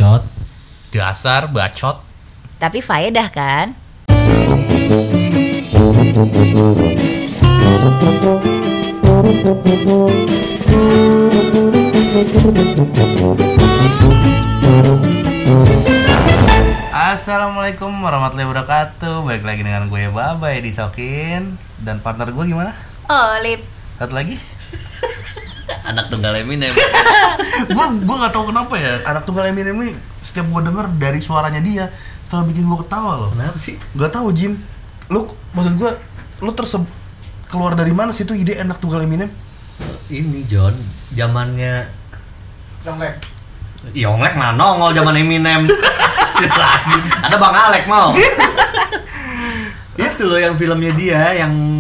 bacot. Dasar bacot. Tapi faedah kan? Assalamualaikum warahmatullahi wabarakatuh. Balik lagi dengan gue Babay Disokin. Dan partner gue gimana? Olip. Satu lagi? Anak tunggal Eminem. Gue gak tahu kenapa ya, anak tunggal Eminem ini setiap gue denger dari suaranya dia selalu bikin gue ketawa loh. Kenapa sih? Gak tahu Jim. Maksud gue, lu keluar dari mana sih tuh ide anak tunggal Eminem? Ini John, zamannya Yonglek. Yonglek mana nongol zaman Eminem. Lagi. Ada Bang Alek mau. Itu loh yang filmnya dia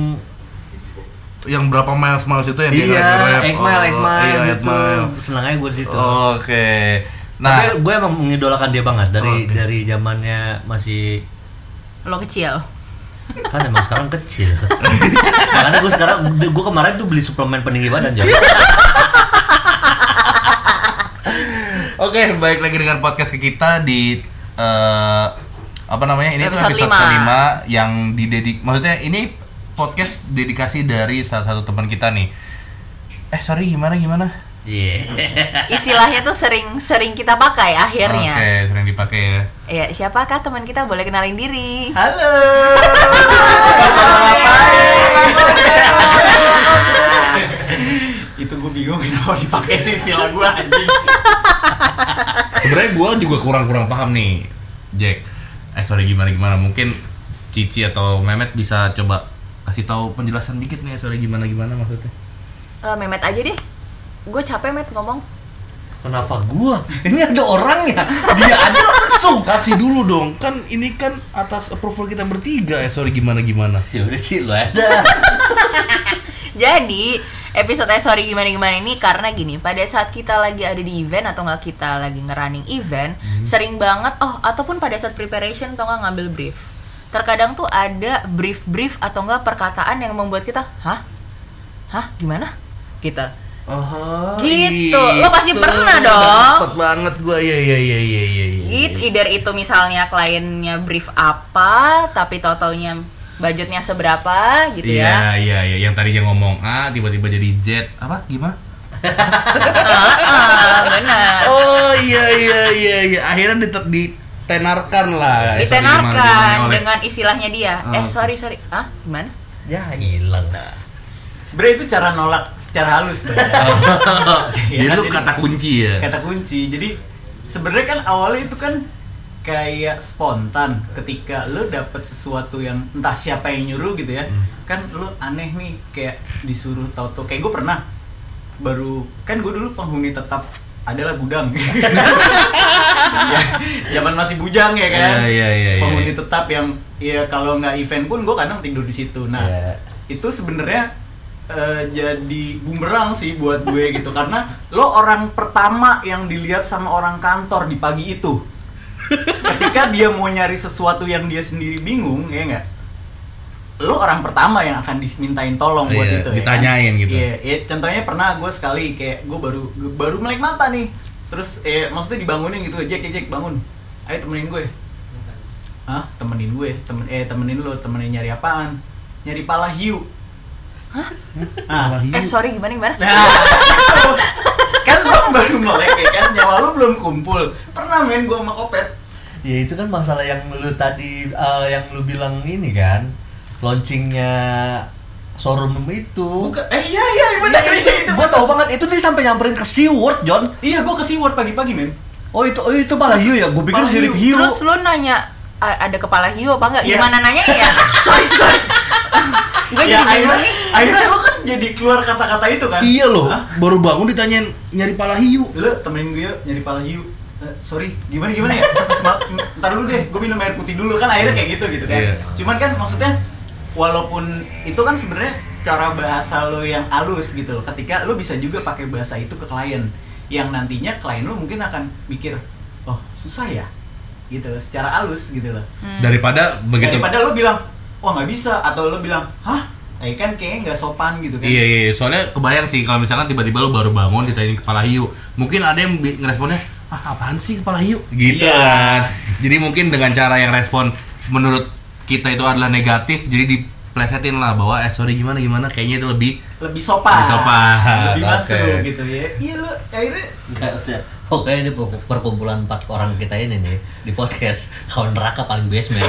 yang berapa miles itu yang dia iya, nge-rap. Eight Mile gitu. Senang aja gue di situ. Oke. Nah, tapi gue emang mengidolakan dia banget dari zamannya masih Lo kecil. kan emang sekarang kecil. Makanya gue kemarin tuh beli suplemen peninggi badan John. Oke, balik lagi dengan podcast kita di ini episode tuh episode 5. kelima yang maksudnya ini podcast dedikasi dari salah satu teman kita nih. Gimana? Iya. Istilahnya tuh sering kita pakai akhirnya. Oke, sering dipakai ya. Iya, siapakah teman kita? Boleh kenalin diri. Halo. Itu gue bingung kenapa dipakai sih istilah gue anjing. Sebenarnya gue juga kurang paham nih, Jack. Gimana? Mungkin Cici atau Mehmet bisa coba kasih tahu penjelasan dikit nih, gimana maksudnya? Mehmet aja deh. Gue capek Met ngomong. Kenapa gua? Ini ada orangnya. Dia aja langsung. Kasih dulu dong. Kan ini kan atas approval kita bertiga ya. Gimana? Ya udah sih lu ada. Jadi episode gimana ini karena gini, pada saat kita lagi ada di event atau nggak kita lagi ngerunning event, sering banget ataupun pada saat preparation atau nggak ngambil brief, terkadang tuh ada brief atau nggak perkataan yang membuat kita gimana kita gitu. Lo pasti pernah dong. Cepet banget gue, iya. Gitu, either itu misalnya kliennya brief apa, tapi taunya budgetnya seberapa gitu ya. Iya. Yang tadinya ngomong A, tiba-tiba jadi Z. Apa? Gimana? Benar. Oh iya. Akhirnya ditenarkan lah. Ditenarkan dengan istilahnya dia. Sorry. Gimana? Ya hilang dah. Sebenarnya itu cara nolak secara halus sebenarnya. Jadi itu kata kunci ya. Kata kunci. Jadi sebenarnya kan awalnya itu kan kayak spontan ketika lo dapet sesuatu yang entah siapa yang nyuruh gitu ya. Kan lo aneh nih kayak disuruh tahu-tahu kayak gue pernah kan gue dulu penghuni tetap adalah gudang. Ya, zaman masih bujang ya kan. Iya. Penghuni tetap yang ya kalau nggak event pun gue kadang tidur di situ. Nah, itu sebenarnya jadi bumerang sih buat gue gitu karena lo orang pertama yang dilihat sama orang kantor di pagi itu. Ketika dia mau nyari sesuatu yang dia sendiri bingung, ya nggak? Lo orang pertama yang akan dimintain tolong buat itu. Ditanyain ya kan? gitu. Iya, contohnya pernah gue sekali kayak gue baru melek mata nih, terus maksudnya dibangunin gitu, Jack bangun, ayo temenin gue. Temenin gue, temenin lo, temenin nyari apaan? Nyari pala hiu. Gimana? Nah, kan lo baru melek ya kan, nyawa lo belum kumpul. Pernah main gue sama Kopet. Ya itu kan masalah yang lu tadi yang lu bilang ini kan, launchingnya showroom itu. Bukan, iya benar itu. Gua tahu banget itu dia sampai nyamperin ke SeaWorld, John. Iya, gua ke SeaWorld pagi-pagi, men. Oh itu pala hiu ya? Gua pikir sirip hiu. Terus lu nanya ada kepala hiu apa enggak? Yeah. Gimana nanya ya? Sorry. Gue Ya, jadi bingung nih. akhirnya lo kan jadi keluar kata-kata itu kan. Iya loh. Baru bangun ditanyain nyari pala hiu. Lo temenin gue yuk nyari pala hiu. Sorry, gimana ya? Ntar dulu deh, gue minum air putih dulu kan akhirnya kayak gitu kan. Yeah. Cuman kan maksudnya walaupun itu kan sebenarnya cara bahasa lo yang halus gitu loh. Ketika lo bisa juga pakai bahasa itu ke klien yang nantinya klien lo mungkin akan mikir, "Oh, susah ya?" gitu secara halus gitu loh. Daripada lo bilang, "Wah, nggak bisa," atau lo bilang, "Hah? Kan kayaknya nggak sopan gitu kan." Iya, soalnya kebayang sih kalau misalkan tiba-tiba lo baru bangun ditanyain kepala hiu. Mungkin ada yang ngeresponnya, apaan sih kepala hiu gitu Iya. kan. Jadi mungkin dengan cara yang respon menurut kita itu adalah negatif, jadi diplesetin lah bahwa sorry gimana kayaknya itu lebih sopan, lebih Oke. masuk gitu ya. Iya lu akhirnya Pokoknya ini perkumpulan 4 orang kita ini nih di podcast kawan neraka paling basement.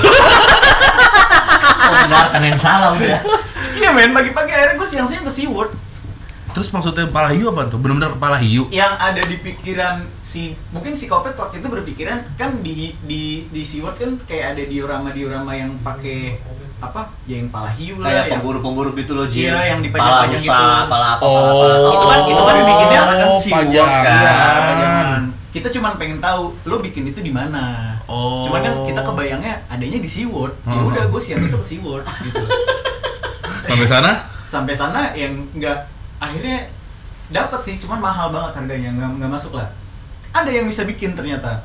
Mendengarkan yang salah udah. iya men, pagi-pagi akhirnya gue siang-siang ke SeaWorld. Terus maksudnya kepala hiu apa tuh? Benar-benar kepala hiu. Yang ada di pikiran mungkin si Kopet waktu itu berpikiran kan di SeaWorld kan kayak ada diorama yang pakai apa? Ya yang pala hiu lah, Kayak yang pemburu-pemburu gitu loh, Jin. Iya, yang pala dipajang-pajang rusa, gitu. pala apa, Oh, itu kan bikinnya sekarang kan SeaWorld pajangan. kan. Jangan. Kita cuma pengen tahu lo bikin itu di mana. Oh. Cuman kan kita kebayangnya adanya di SeaWorld. Ya udah gue siang itu ke SeaWorld gitu. Sampai sana? Sampai sana yang nggak akhirnya dapat sih, cuman mahal banget harganya, nggak masuk lah. Ada yang bisa bikin ternyata.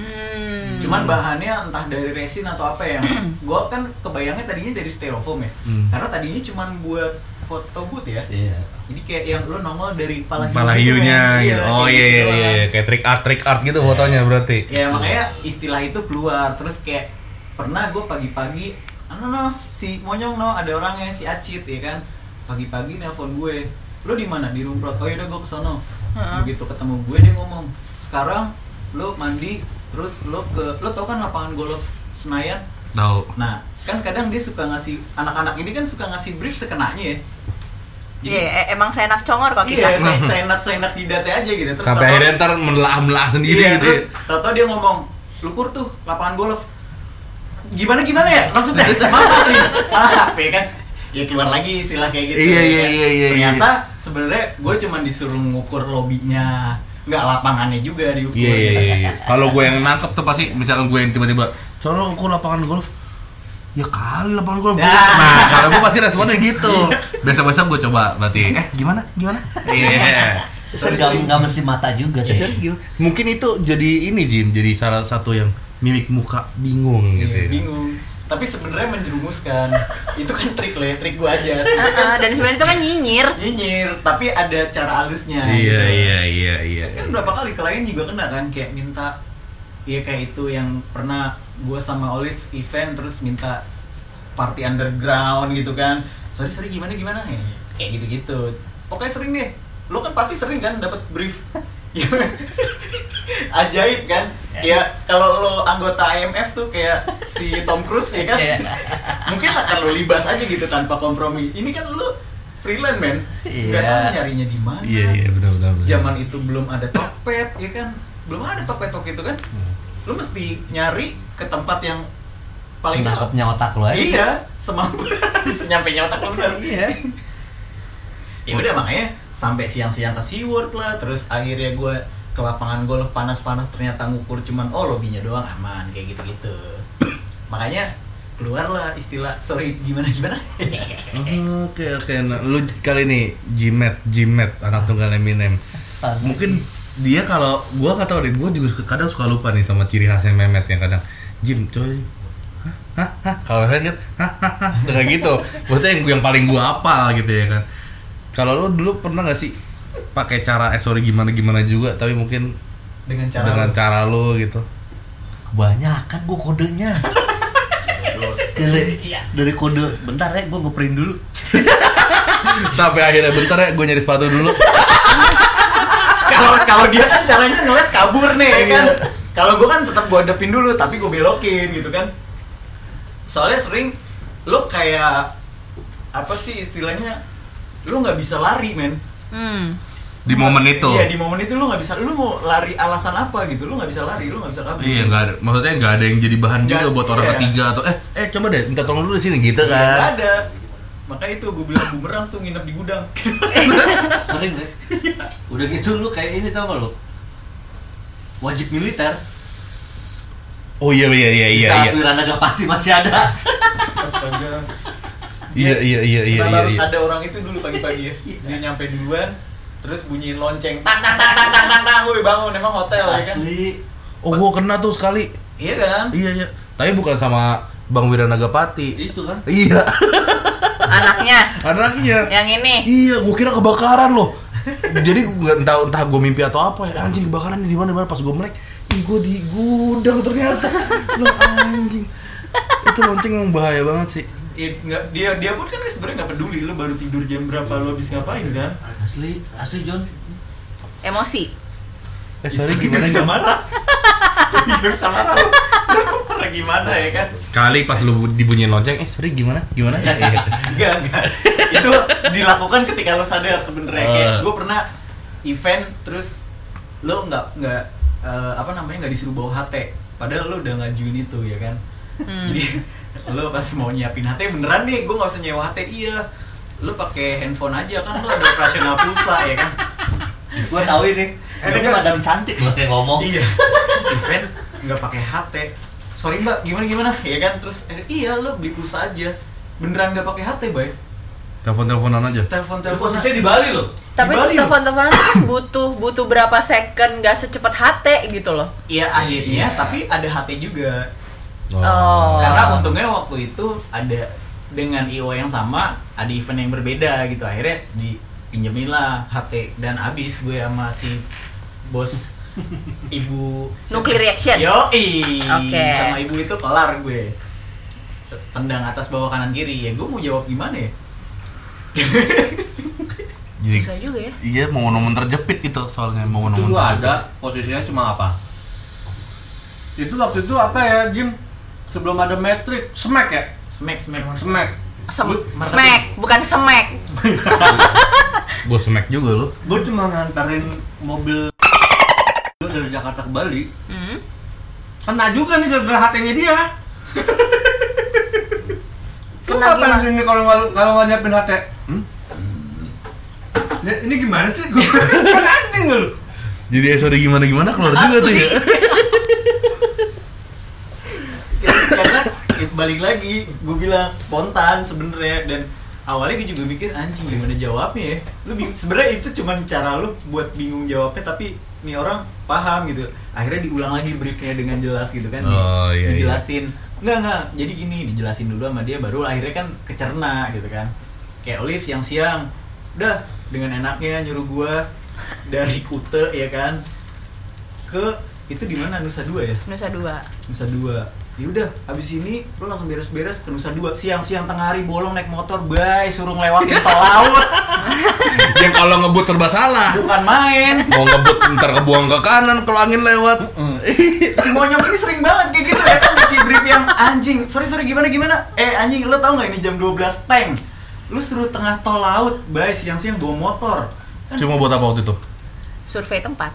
Cuman bahannya entah dari resin atau apa yang gue kan kebayangnya tadinya dari styrofoam ya. Karena tadinya cuman buat foto booth ya. Iya. Jadi kayak yang lo nongol dari pala Hiunya gitu, gitu. Oh kayak gitu doang. iya, kayak trick art gitu fotonya berarti. Ya makanya istilah itu keluar. Terus kayak pernah gue pagi-pagi si Monyong ada orangnya si Acit ya kan, pagi-pagi nelpon gue, lo di mana? Di Rumprot. Oh yaudah gue kesono. Begitu ketemu gue dia ngomong, sekarang lo mandi terus lo tau kan lapangan golf Senayan? Tahu. Nah kan kadang dia suka ngasih, anak-anak ini kan suka ngasih brief sekenanya ya. Iya, emang saya enak congor kok kita. Iya, seenak jidatnya aja gitu. Terus Sampai tau-tau- akhirnya ntar melah sendiri iya, gitu. terus tau-tau dia ngomong, lukur tuh lapangan golf. Gimana ya maksudnya? Maaf ya kan? Ya keluar lagi istilah kayak gitu. Iya, ya iya, kan? iya, iya, Ternyata sebenarnya gue cuma disuruh ngukur lobinya, nggak lapangannya juga diukur. Iya. Kalau gue yang nangkep tuh pasti, misalkan gue yang tiba-tiba, soalnya ukur lapangan golf. Ya kali lapangan golf. Ya. Nah, kalau gue pasti responnya gitu. Biasa-biasa gue coba berarti. Gimana? Iya. Nggak mesti mata juga sih. Mungkin itu jadi ini Jim, jadi salah satu yang mimik muka bingung gitu. Iya, Ya. bingung. Tapi sebenarnya menjerumuskan. Itu kan trik gue aja. Dan sebenarnya itu kan Nyinyir, tapi ada cara halusnya. gitu. Iya. Kan berapa kali klien juga kena kan kayak minta, ya kayak itu yang pernah gue sama Olive event terus minta party underground gitu kan. Sorry gimana ya? Kayak gitu-gitu. Pokoknya sering deh. Lo kan pasti sering kan dapat brief. Ajaib kan? Kayak kalau lo anggota IMF tuh kayak si Tom Cruise ya kan? Mungkin akan lo libas aja gitu tanpa kompromi. Ini kan lo freelance men. Nggak tahu nyarinya di mana. Iya, benar. Zaman itu belum ada Tokped ya kan, belum ada Tokped itu kan. Lu mesti nyari ke tempat yang paling Senangkapnya otak lo aja. Iya, semampu senyampainya otak lu bener. Iya. Ya udah makanya sampai siang-siang ke SeaWorld lah, terus akhirnya gue ke lapangan golf panas-panas ternyata ngukur cuman lobinya doang aman kayak gitu-gitu. Makanya keluarlah istilah sorry gimana. Oke. Nah, lu kali ini Jimet anak tunggal Eminem. Mungkin dia kalau gua nggak tahu deh, gua juga kadang suka lupa nih sama ciri khasnya Mehmet yang kadang Jim coy. Hah? Kalau saya kan kayak gitu. Berarti yang paling gua hafal gitu ya kan. Kalau lu dulu pernah nggak sih pakai cara sorry gimana juga tapi mungkin dengan cara lu gitu. Kebanyakan gua kodenya. Dari kode bentar ya, gua print dulu. Sampai akhirnya bentar ya, gua nyari sepatu dulu. Kalau dia kan caranya ngeles kabur nih ya kan. Kalau gue kan tetap gue hadapin dulu tapi gue belokin gitu kan. Soalnya sering lo kayak apa sih istilahnya, lo nggak bisa lari men. Di momen itu. Iya di momen itu lo nggak bisa. Lo mau lari alasan apa gitu? Lo nggak bisa lari, lo nggak bisa kabur. Iya nggak ada, maksudnya nggak ada yang jadi bahan juga Nggak, buat orang iya. ketiga atau coba deh minta tolong dulu di sini gitu Nggak kan. ada. Makanya itu gue bilang bumerang tuh nginep di gudang. Sering deh. Udah gitu lu kayak ini tau gak lu? Wajib militer. Oh iya. Saat Wiranagapati masih ada. Astaga. Iya. Kita harus ada orang itu dulu pagi-pagi ya. Dia nyampe duluan, terus bunyiin lonceng, tang, woi bangun, emang hotel ya kan? Asli. Oh gua kena tuh sekali. Iya kan? Iya. Tapi bukan sama Bang Wiranagapati. Itu kan. Iya. Anaknya Anaknya. yang ini. Iya, gua kira kebakaran loh. Jadi gue entah gue mimpi atau apa ya, anjing kebakaran di mana pas gue melek, ih gue di gudang ternyata. Lo anjing. Itu lonceng emang bahaya banget sih. Dia pun kan sebenarnya nggak peduli lo baru tidur jam berapa, lo habis ngapain kan. Asli John. Emosi. Sorry gimana bisa marah. Dia bisa marah. Marah gimana ya kan? Kali pas lu dibunyiin lonceng, sorry gimana? Enggak. Itu dilakukan ketika lo sadar sebenarnya. Kayak gue pernah event terus lo nggak nggak disuruh bawa HT, padahal lo udah ngajuin itu ya kan. Jadi lo pas mau nyiapin HT beneran nih, gue nggak usah nyewa HT, iya lo pakai handphone aja kan, lo ada operasional pulsa ya kan. Gue tahu ini madam cantik loh kayak ngomong. Iya. Event nggak pakai HT, sorry mbak gimana ya kan, terus iya lo beli pulsa aja, beneran nggak pakai HT bay. Telepon-teleponan aja. Posisinya di Bali loh. Tapi itu telepon-teleponan tuh kan butuh berapa second, nggak secepat HT gitu loh. Iya akhirnya, tapi ada HT juga. Oh. Karena untungnya waktu itu ada dengan IO yang sama, ada event yang berbeda gitu. Akhirnya dipinjemin lah HT dan abis gue sama si bos ibu Nuclear reaction. Yoi. Oke. Sama ibu itu kelar gue. Tendang atas bawah kanan kiri. Ya gue mau jawab gimana ya? Jadi, bisa juga ya. Iya, momen-momen terjepit itu soalnya momen-momen. Itu lu ada posisinya cuma apa? Itu waktu itu apa ya, Jim? Sebelum ada Matrix, Smack ya? Smack. Smack, bukan semek. Gue smack juga lu. Gue cuma nganterin mobil dari Jakarta ke Bali. Kena juga nih gara-gara HT-nya dia. Lu ngapain ini kalau nggak nyiapin HT? Ini gimana sih? Gue kan anjing lu. Jadi sorry gimana keluar juga tuh ya. Karena balik lagi, gue bilang spontan sebenarnya, dan awalnya gue juga mikir anjing gimana jawabnya ya. Sebenarnya itu cuma cara lu buat bingung jawabnya, tapi nih orang paham gitu. Akhirnya diulang lagi briefnya dengan jelas gitu kan. Dijelasin. Enggak, jadi gini, dijelasin dulu sama dia, baru akhirnya kan kecerna gitu kan. Kayak Olive siang-siang, udah dengan enaknya nyuruh gua dari Kute ya kan ke itu di mana, Nusa Dua ya? Nusa Dua. Ya udah, habis ini lu langsung beres-beres ke Nusa Dua. Siang-siang tengah hari bolong naik motor, bay, suruh ngelewatin tol laut. Yang kalau ngebut serba salah. Bukan main. Mau ngebut ntar kebuang ke kanan kalau angin lewat. Si Monyong ini sering banget kayak gitu ya kan, si brief yang anjing. Sorry gimana? Anjing, lu tau enggak ini jam 12 tank. Lu suruh tengah tol laut, bay, siang-siang bawa motor. Kan Cuma buat apa waktu itu? Survei tempat.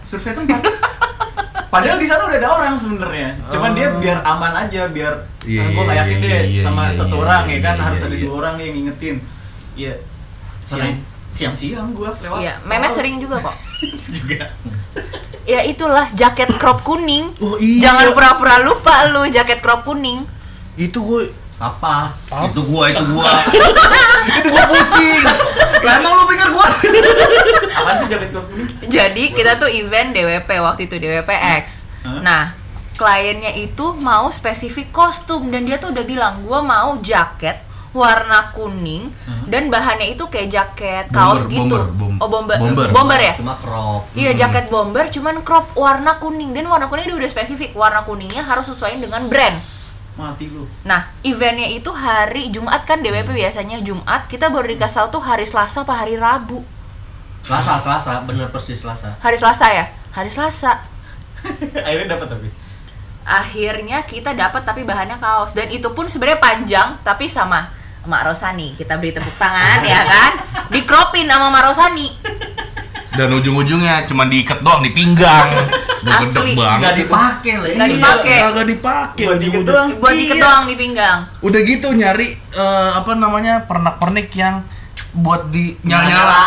Padahal di sana udah ada orang sebenarnya. Cuman dia biar aman aja, biar gue nggak yakin deh sama satu orang ya kan, harus ada 2 orang nih yang ngingetin. Iya. Siang-siang gue lewat. Iya, Mehmet sering juga kok. Juga. Ya itulah jaket crop kuning. Oh iya. Jangan pura-pura lupa lu jaket crop kuning. Itu gue Apa? Itu gua. itu gue pusing. Lah emang lu pikir gua? Apaan sih jaket kuning? Jadi kita tuh event DWP waktu itu, DWPX. Nah, kliennya itu mau spesifik kostum dan dia tuh udah bilang, gua mau jaket warna kuning dan bahannya itu kayak jaket kaos gitu. Bomber ya? Cuma crop. Iya, jaket bomber cuman crop warna kuning, dan warna kuning dia udah spesifik. Warna kuningnya harus sesuai dengan brand. Mati lu. Nah, eventnya itu hari Jumat kan, DWP biasanya Jumat. Kita baru dikasih tahu tuh hari Selasa apa hari Rabu. Selasa, bener persis Selasa. Hari Selasa ya? Hari Selasa. Akhirnya dapat tapi. Akhirnya kita dapat, tapi bahannya kaos, dan itu pun sebenarnya panjang tapi sama Mak Rosani. Kita beri tepuk tangan ya kan? Dikropin sama Mak Rosani. Dan ujung-ujungnya cuma diikat doang di pinggang. Asli. Nggak dipakai lah. Nggak dipakai. Buat diikat doang. Buat diikat doang di pinggang. Udah gitu nyari pernak-pernik yang buat di nyala-nyala.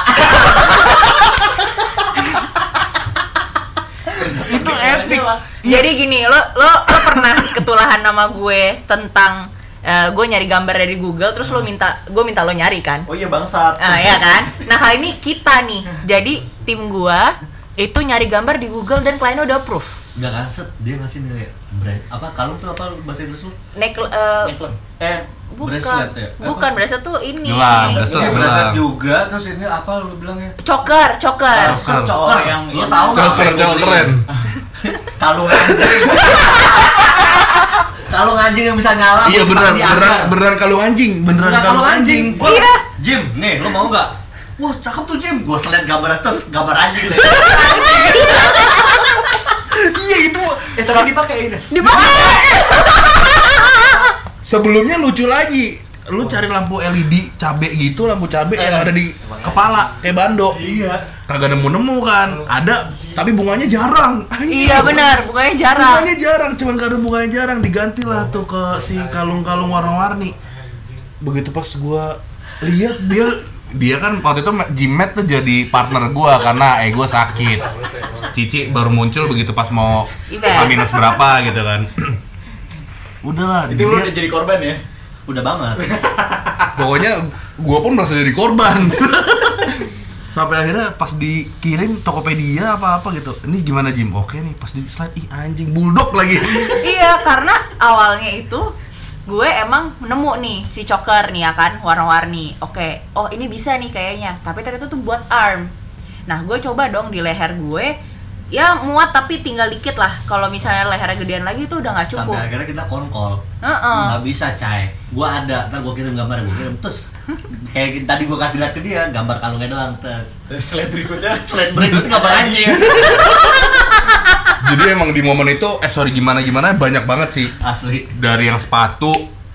Itu epic. Jadi gini, lo pernah ketulahan nama gue tentang gue nyari gambar dari Google, terus gue minta lo nyari kan? Oh iya bangsat. Ya kan? Nah kali ini kita nih, jadi tim gue itu nyari gambar di Google dan kliennya udah approve. Enggak kan, dia ngasih nih apa kalung tuh apa bahasa Inggris lu? Bukan. Bracelet ya? Bukan, bracelet tuh ini. Bracelet juga, terus ini apa lu bilangnya? Choker. Yang lu tahu Choker keren. Kalung anjing. Kalung anjing yang bisa nyala. Iya beneran kalung anjing, beneran kalung anjing. Iya. Jim, nih lu mau enggak? Wah, cakep tuh Jim. Gua slide gambar atas, gambar anjing deh. Iya itu. Tapi dipakai. Sebelumnya lucu lagi. Lu cari lampu LED cabe gitu, lampu cabe yang ada di kepala kayak bando. Iya. Kagak nemu kan? Ada, tapi bunganya jarang. Anjing. Iya benar, bunganya jarang. Cuman karena bunganya jarang digantilah tuh ke si kalung-kalung warna-warni. Begitu pas gua lihat dia kan waktu itu Jimet tuh jadi partner gua karena gua sakit. Cici baru muncul begitu pas mau minus berapa gitu kan. Udahlah, itu lu udah jadi korban ya? Udah banget. Pokoknya gua pun merasa jadi korban. Sampai akhirnya pas dikirim Tokopedia apa-apa gitu. Ini gimana Jim? Oke nih, pas di slide anjing bulldog lagi. Iya, karena awalnya itu gue emang nemu nih si choker nih ya kan, warna-warni. Oke, oh ini bisa nih kayaknya. Tapi ternyata tuh buat arm. Nah, gue coba dong di leher gue. Ya muat tapi tinggal dikit lah. Kalau misalnya lehernya gedean lagi itu udah nggak cukup. Sampai akhirnya kita konkol. Nggak bisa Cai. Gua ada, ntar gua kirim gambar, gua kirim terus. Kayak tadi gua kasih lihat ke dia gambar kalungnya doang terus. Slide berikutnya gambar anjing. Jadi emang di momen itu gimana banyak banget sih. Asli. Dari yang sepatu.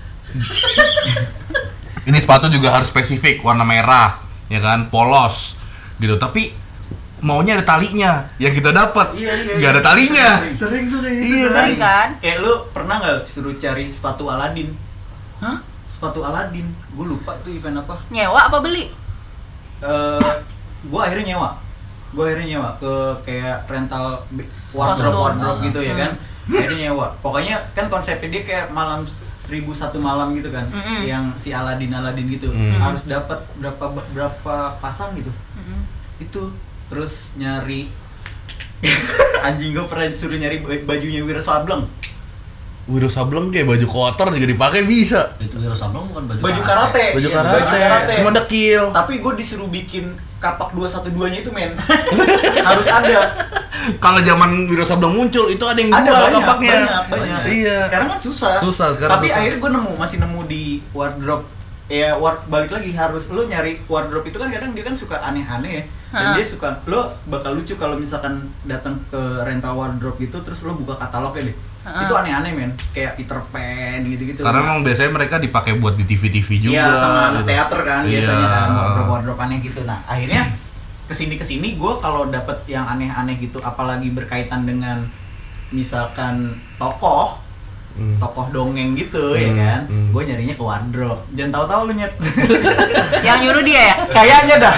Ini sepatu juga harus spesifik warna merah, ya kan, polos gitu. Tapi maunya ada talinya, yang kita dapat nggak ada talinya. Sering tuh kayak gitu. Iya Sering kan? Kayak lu pernah nggak suruh cari sepatu Aladin? Hah? Sepatu Aladin, gue lupa tuh event apa. Nyewa apa beli? Gue akhirnya nyewa ke kayak rental wardrobe gitu ya kan. Akhirnya nyewa. Pokoknya kan konsepnya dia kayak malam 1001 malam gitu kan. Yang si Aladin gitu. Harus dapat berapa pasang gitu. Itu terus nyari anjing, gue pernah disuruh nyari bajunya Wiro Sableng kayak baju kotor juga dipakai bisa. Itu Wiro Sableng bukan baju karate. Baju karate. Cuma dekil. Tapi gue disuruh bikin kapak 212-nya itu men. Harus ada. Kalau zaman Wiro Sableng muncul itu ada yang jual kapaknya. Banyak. Iya. Sekarang kan susah. Sekarang tapi susah. akhirnya gue masih nemu di wardrobe. Ya balik lagi harus lo nyari wardrobe itu kan kadang dia kan suka aneh-aneh ya. Dan dia suka, lo bakal lucu kalau misalkan datang ke rental wardrobe gitu terus lo buka katalognya deh. Itu aneh-aneh men, kayak Peter Pan gitu-gitu. Karena emang biasanya mereka dipakai buat di TV-TV juga. Iya, sama gitu. teater kan biasanya kan wardrobe aneh gitu. Nah, akhirnya kesini gue kalau dapet yang aneh-aneh gitu, apalagi berkaitan dengan misalkan tokoh dongeng gitu ya kan, gue nyarinya ke wardrobe. Jangan tahu-tahu lu nyet. Yang nyuruh dia ya? Kayaknya dah.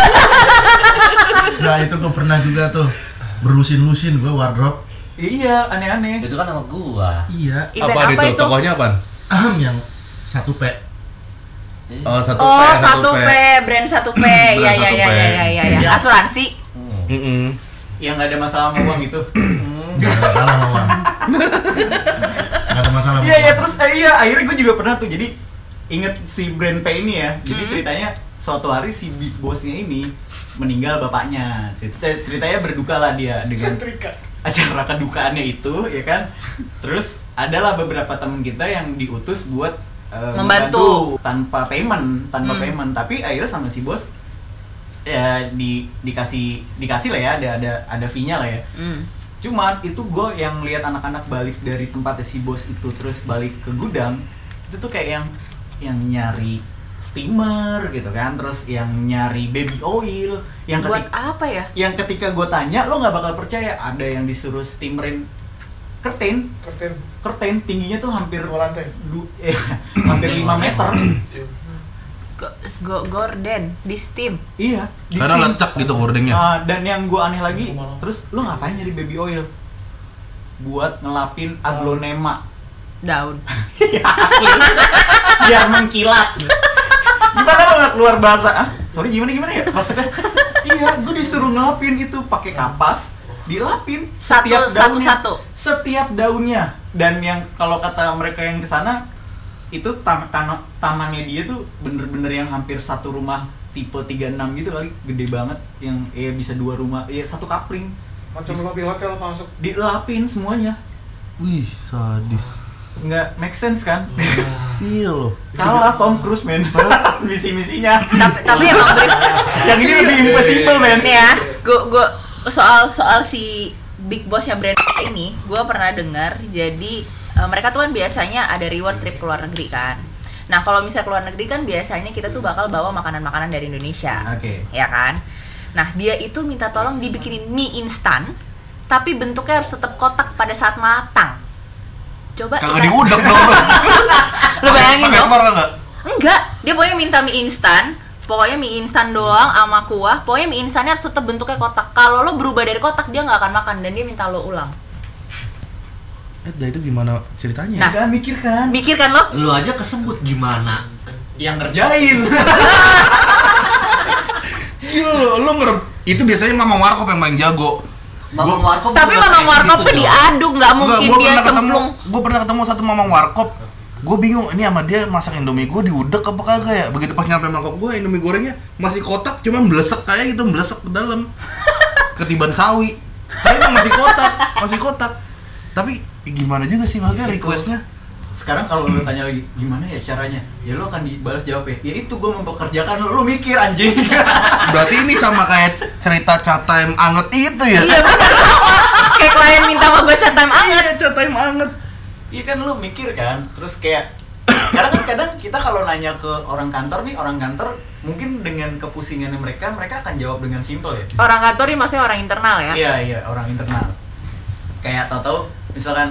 Nah itu gue pernah juga tuh berlusin-lusin gue wardrobe. Iya, aneh-aneh. Itu kan sama gua. Iya. Event apa apa itu? Tokohnya apa? Yang 1P. Oh, 1P. Oh, 1P, brand 1P. Ya. Asuransi. Yang nggak ada masalah sama uang gitu. Gak ada masalah sama uang. Gak ada masalah sama Iya, uang. terus akhirnya gue juga pernah tuh. Jadi inget si brand P ini ya. Jadi ceritanya suatu hari si big bossnya ini meninggal bapaknya. Ceritanya berduka lah dia dengan acara kedukaannya itu, ya kan. Terus adalah beberapa teman kita yang diutus buat membantu tanpa payment. Tapi akhirnya sama si bos ya dikasih lah ya, ada fee-nya lah ya. Cuman itu gue yang lihat anak-anak balik dari tempatnya si bos itu terus balik ke gudang, itu tuh kayak yang nyari steamer gitu kan, terus yang nyari baby oil, yang buat apa ya? Yang ketika gue tanya lo nggak bakal percaya, ada yang disuruh steamerin curtain tingginya tuh hampir lantai. Hampir 5 meter. Gorden di steam. Iya, di karena steam. lecak gitu gordengnya. Dan yang gue aneh lagi, terus lo ngapain nyari baby oil? Buat ngelapin aglonema Daun. biar mengkilat. Gimana lo nggak keluar bahasa? Sorry gimana ya maksudnya? Iya, gue disuruh ngelapin itu pakai kapas, dilapin Satu-satu. Setiap daunnya. Dan yang kalau kata mereka yang kesana itu tamannya dia tuh bener-bener yang hampir satu rumah tipe 36 gitu kali, gede banget, yang bisa 2 rumah, satu kapling. Macam lobby hotel apa masuk? Dilapin semuanya. Wih, sadis. Nggak make sense kan? Iya loh. Kalah Tom Cruise men. Misi-misinya. Tapi emang yang ini lebih impossible men. nih ya, gue soal si Big Boss-nya brand ini, gue pernah dengar. Jadi mereka tuh kan biasanya ada reward trip ke luar negeri kan. Nah kalau misalnya ke luar negeri kan biasanya kita tuh bakal bawa makanan-makanan dari Indonesia, ya kan? Nah dia itu minta tolong dibikinin mie instan, tapi bentuknya harus tetap kotak pada saat matang. Coba kagak diudek dong. Lu bayangin dong. Enggak. Enggak, dia pokoknya minta mie instan. Pokoknya mie instan doang sama kuah. Pokoknya mie instannya harus tetap bentuknya kotak. Kalau lo berubah dari kotak dia nggak akan makan dan dia minta lo ulang. Itu gimana ceritanya? Nah, Kan mikir kan lo? Lu aja kesebut gimana? yang ngerjain. Gila lo itu biasanya Mamang Warkop yang paling jago. Mamang Warkop. Tapi Mamang Warkop tuh diaduk, nggak mungkin dia cemplung. Gue pernah ketemu satu Mamang Warkop. Gue bingung, ini sama dia masak Indomie gue diudek apa kagak ya? Begitu pas nyampe mangkok gue, Indomie gorengnya masih kotak, cuma melesek kayak gitu, melesek ke dalam. Ketiban sawi. Tapi emang masih kotak. Tapi gimana juga sih maksudnya requestnya? Sekarang kalau lu tanya lagi, gimana ya caranya? Ya lu akan dibalas jawabnya, ya itu gue mempekerjakan lu mikir anjing. Berarti ini sama kayak cerita chat time anget itu ya? Iya benar sama. Kayak klien minta sama gue chat time anget. Iya, chat time anget. Iya kan lu mikir kan, terus kayak sekarang kan kadang kita kalau nanya ke orang kantor mungkin dengan kepusingannya mereka akan jawab dengan simpel ya. Orang kantor ini maksudnya orang internal ya? Iya, orang internal. Kayak tahu-tahu misalkan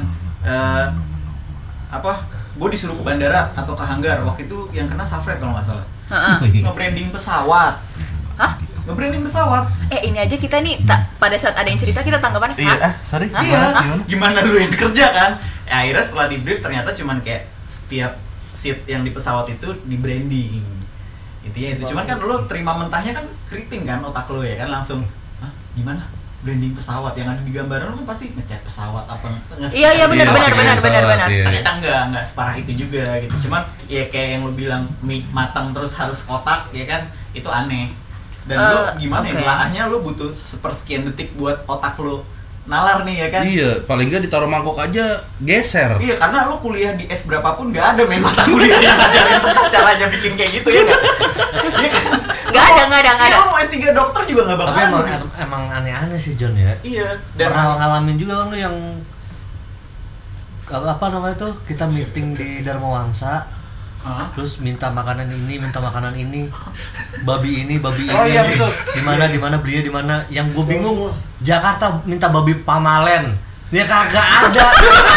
gue disuruh ke bandara atau ke hanggar, waktu itu yang kena Safred kalau nggak salah. Nge-branding pesawat. Hah? Nge-branding pesawat. Ini aja kita nih pada saat ada yang cerita kita tanggapannya. Iya, sorry. Hah? Iya, Hah? gimana lu yang kerja kan? Akhirnya setelah di brief ternyata cuman kayak setiap seat yang di pesawat itu di branding. Intinya itu. Cuman kan lu terima mentahnya kan keriting kan otak lu ya kan, langsung hah gimana? Branding pesawat yang ada di gambaran lu kan pasti ngecat pesawat apa Iya benar. Iya. Ternyata enggak separah itu juga gitu. Cuman ya kayak yang lu bilang mie matang terus harus kotak ya kan, itu aneh. Dan lu gimana ya, belahnya lu butuh sepersekian detik buat otak lu nalar nih ya kan. Iya, paling nggak ditaruh mangkok aja geser. Iya, karena lu kuliah di S berapapun nggak ada main mata kuliah yang ngajarin tentang caranya bikin kayak gitu ya nggak? Iya kan? Nggak ada. Iya, mau S3 dokter juga nggak bakal. Tapi emang aneh-aneh sih John ya. Iya. Dan pernah ngalamin juga kan lu yang apa namanya tuh, kita meeting di Dharma Wangsa. Terus minta makanan ini, babi ini. Oh iya betul. Di mana belinya di mana? Yang gue bingung, Jakarta minta babi Pamalen. Dia kagak ada.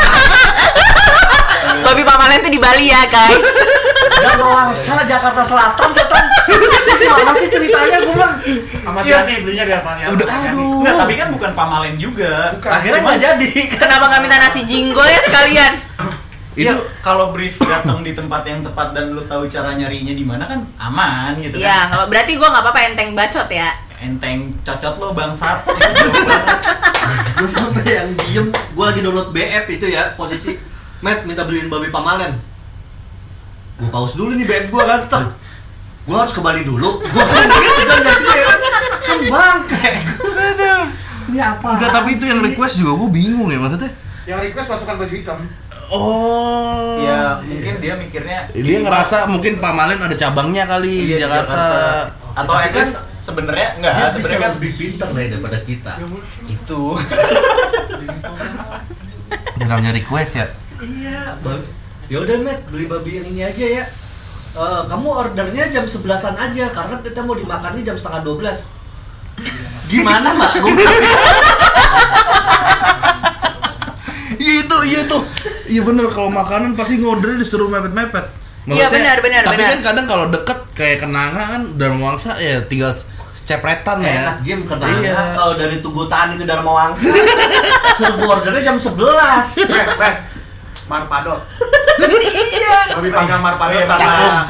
Babi Pamalen tuh di Bali ya, guys. Dharma Wangsa, Jakarta Selatan, setan. Gimana sih ceritanya gue bilang? Sama Jani belinya di apa ya? Aduh. Nggak, tapi kan bukan Pamalen juga. Akhirnya nggak jadi. Kenapa nggak minta nasi jinggol ya sekalian? Itu kalau brief datang di tempat yang tepat dan lu tahu cara nyarinya di mana kan aman gitu Iya, kan. berarti gue nggak apa-apa enteng bacot ya. Enteng cocot lo bangsat. Itu jauh banget. Gue sampai yang diem, gue lagi download BF itu ya, posisi Matt minta beliin babi Pamalen. Gue kaos dulu nih BF gue kan, gue harus ke Bali dulu. Gue kan bangke. Ini apa? Enggak, tapi itu yang request juga gue bingung ya maksudnya. Yang request pasukan baju hitam. Oh. Ya mungkin dia mikirnya Dia ngerasa mungkin Pamalen ada cabangnya kali di Jakarta. Atau kan sebenarnya enggak, Dia sebenarnya bisa kan lebih pintar daripada kita. itu. Dia namanya request ya. Iya, ya udah Matt, beli babi yang ini aja ya. Kamu ordernya jam 11-an aja karena kita mau dimakannya jam 11:30. Gimana, Mbak? Iya itu. Iya bener, kalau makanan pasti ngordernya disuruh mepet-mepet. Iya benar. Tapi kan kadang kalau deket kayak Kenangan, Dharma Wangsa ya tinggal cepretan ya. Enak Jim Kenangan. Iya. Kalau dari Tugu Tani ke Dharma Wangsa suruh ordernya jam 11. Marpado. Iya. Lebih panggang Marpado Iya, sama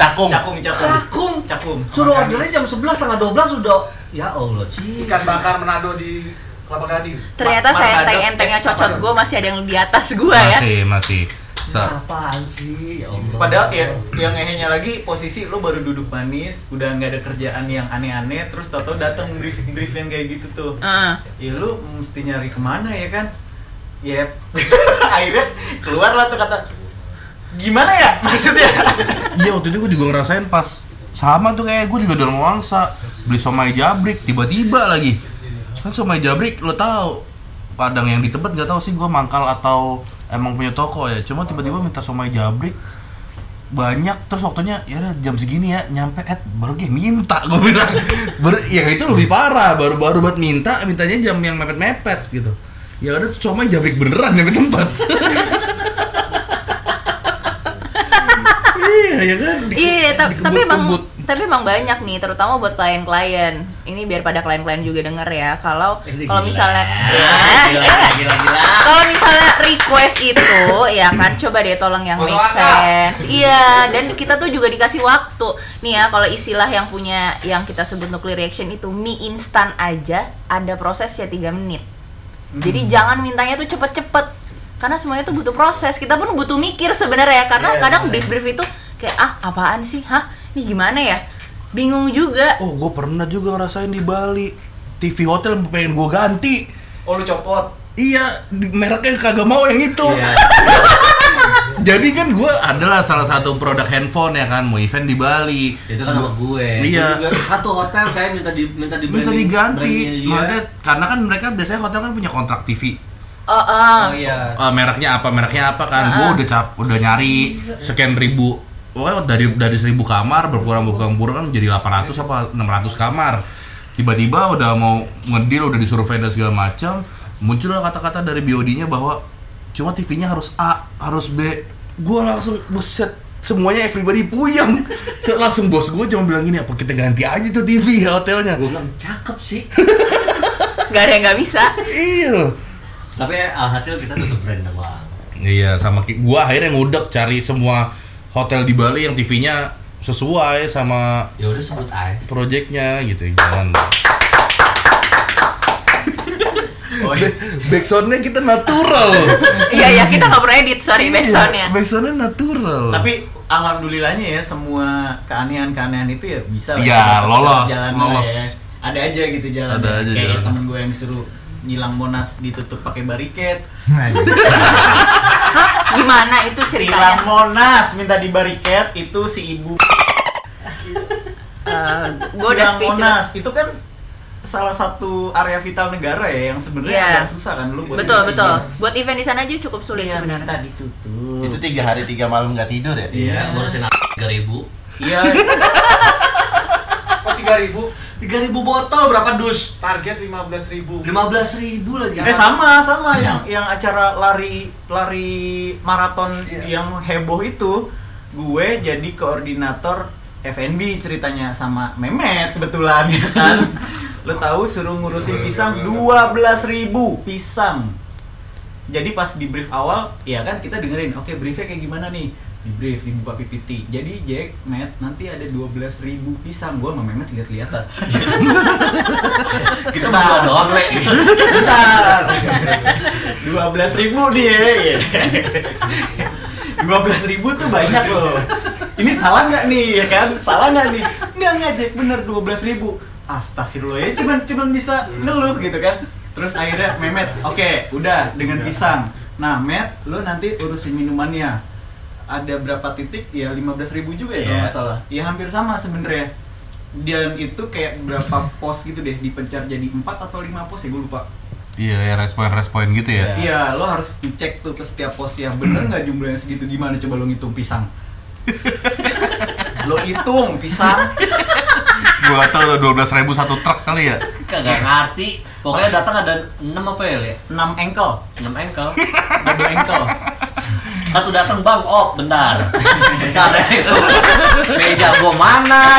Cakung. Suruh ordernya jam 11, setengah 12 udah. Ya Allah, Ci. ikan bakar Manado di Kelapa Gading. Ternyata enteng-entengnya cocot gue masih ada yang di atas gue ya. Masih. Apaan sih? Ya Allah. Padahal ya, yang ngehenya lagi posisi lo baru duduk manis, udah nggak ada kerjaan yang aneh-aneh, terus tau-tau datang brief yang kayak gitu tuh. Ya lo mesti nyari kemana ya kan? Ya akhirnya keluar lah tuh kata gimana ya maksudnya? Iya waktu itu gue juga ngerasain pas sama tuh kayak gue juga dalam Wangsa beli somai jabrik tiba-tiba lagi kan somai jabrik lo tahu Padang yang di Tebet nggak tahu sih gue mangkal atau emang punya toko ya, cuma tiba-tiba minta somai jabrik banyak, terus waktunya ya udah jam segini ya nyampe baru gue minta, gue bilang ya itu lebih parah, baru buat mintanya jam yang mepet-mepet gitu. Ya udah somai jabrik beneran di tempat. Iya ya kan. Iya, tapi emang banyak nih, terutama buat klien-klien. Ini biar pada klien-klien juga denger ya. Kalau misalnya gila. Kalau misalnya request itu ya kan coba deh tolong yang make sense. Iya, dan kita tuh juga dikasih waktu. Nih ya, kalau istilah yang punya yang kita sebut nuclear reaction itu mie instan aja ada prosesnya 3 menit. Jadi jangan mintanya tuh cepet-cepet. Karena semuanya tuh butuh proses. Kita pun butuh mikir sebenarnya karena kadang brief itu kayak apaan sih? Ini gimana ya? Bingung juga. Oh, gue pernah juga ngerasain di Bali. TV hotel pengen gue ganti. Oh, lu copot? Iya, mereknya kagak mau yang itu. Iya. Jadi kan gue adalah salah satu produk handphone ya kan, mau event di Bali. Itu kan sama gue. Iya. Juga satu hotel saya minta diganti. Makanya karena kan mereka biasanya hotel kan punya kontrak TV. Oh iya. Mereknya apa kan? Gue udah nyari sekian ribu. Wah, dari 1.000 kamar berkurang kan jadi 800 apa 600 kamar. Tiba-tiba udah mau ngedil, udah disurvey dan segala macam, muncullah kata-kata dari BOD-nya bahwa cuma TV-nya harus A, harus B. Gue langsung buset, semuanya everybody puyeng. Langsung bos gue cuma bilang gini, apa kita ganti aja tuh TV hotelnya. Gue bilang cakep sih. Gak ada yang nggak bisa. Iya loh. Tapi alhasil kita tutup brand doang. Iya, sama gue akhirnya ngudek cari semua hotel di Bali yang TV-nya sesuai sama ya udah sebut aja projectnya gitu, jangan. Backsoundnya kita natural. Iya kita nggak pernah edit, sorry backsoundnya. Backsoundnya natural. Tapi alhamdulillahnya ya semua keanehan itu ya bisa lah. Ya lolos. Ya. Ada aja gitu jalan. Kayak temen gue yang disuruh nyilang Monas ditutup pakai bariket. Gimana itu ceritanya? Silang Monas minta di bariket itu si ibu. Gue udah speechless. Monas itu kan salah satu area vital negara ya yang sebenarnya agak susah kan lu buat. Betul. Buat event di sana aja cukup sulit sebenarnya. Minta ditutup. Itu 3 hari 3 malam nggak tidur ya? Iya, ngurusin 3.000. Iya. Kok 3.000? 3.000 botol berapa dus? Target 15.000. 15.000 lagi. Sama yang acara lari maraton yang heboh itu gue jadi koordinator F&B ceritanya sama Mehmet kebetulan ya kan. Lo tahu suruh ngurusin pisang 12.000 pisang. Jadi pas di brief awal ya kan kita dengerin, oke, briefnya kayak gimana nih? Di brief, dibuka PPT. Jadi Jack, Matt, nanti ada 12.000 pisang. Gua sama Mehmet lihat-lihatan. Kita berdua doang, Le. Bentar. 12.000 nih. 12.000 tuh banyak loh. Ini salah nggak nih ya kan? Salah nggak nih? Nggak Jack, bener 12.000. Astagfirullah ya, cuman bisa ngeluh gitu kan. Terus akhirnya Mehmet, oke, udah dengan pisang. Nah, Matt, lo nanti urusin minumannya. Ada berapa titik? Ya 15.000 juga ya kalau nggak salah. Ya hampir sama sebenarnya. Dan itu kayak berapa pos gitu deh, dipencar jadi 4 atau 5 pos ya, gue lupa. Iya, ya respon gitu ya. Iya, lo harus cek tuh ke setiap pos yang bener nggak jumlahnya segitu, gimana coba lo ngitung pisang. Lo hitung pisang. Gua tau 12.000 satu truk kali ya. Kagak ngerti. Pokoknya datang ada 6 apa ya, Le? 6 engkel. 6 engkel. Double engkel. Satu datang, Bang. Oh, bentar. Bentar ya itu. Meja gua mana?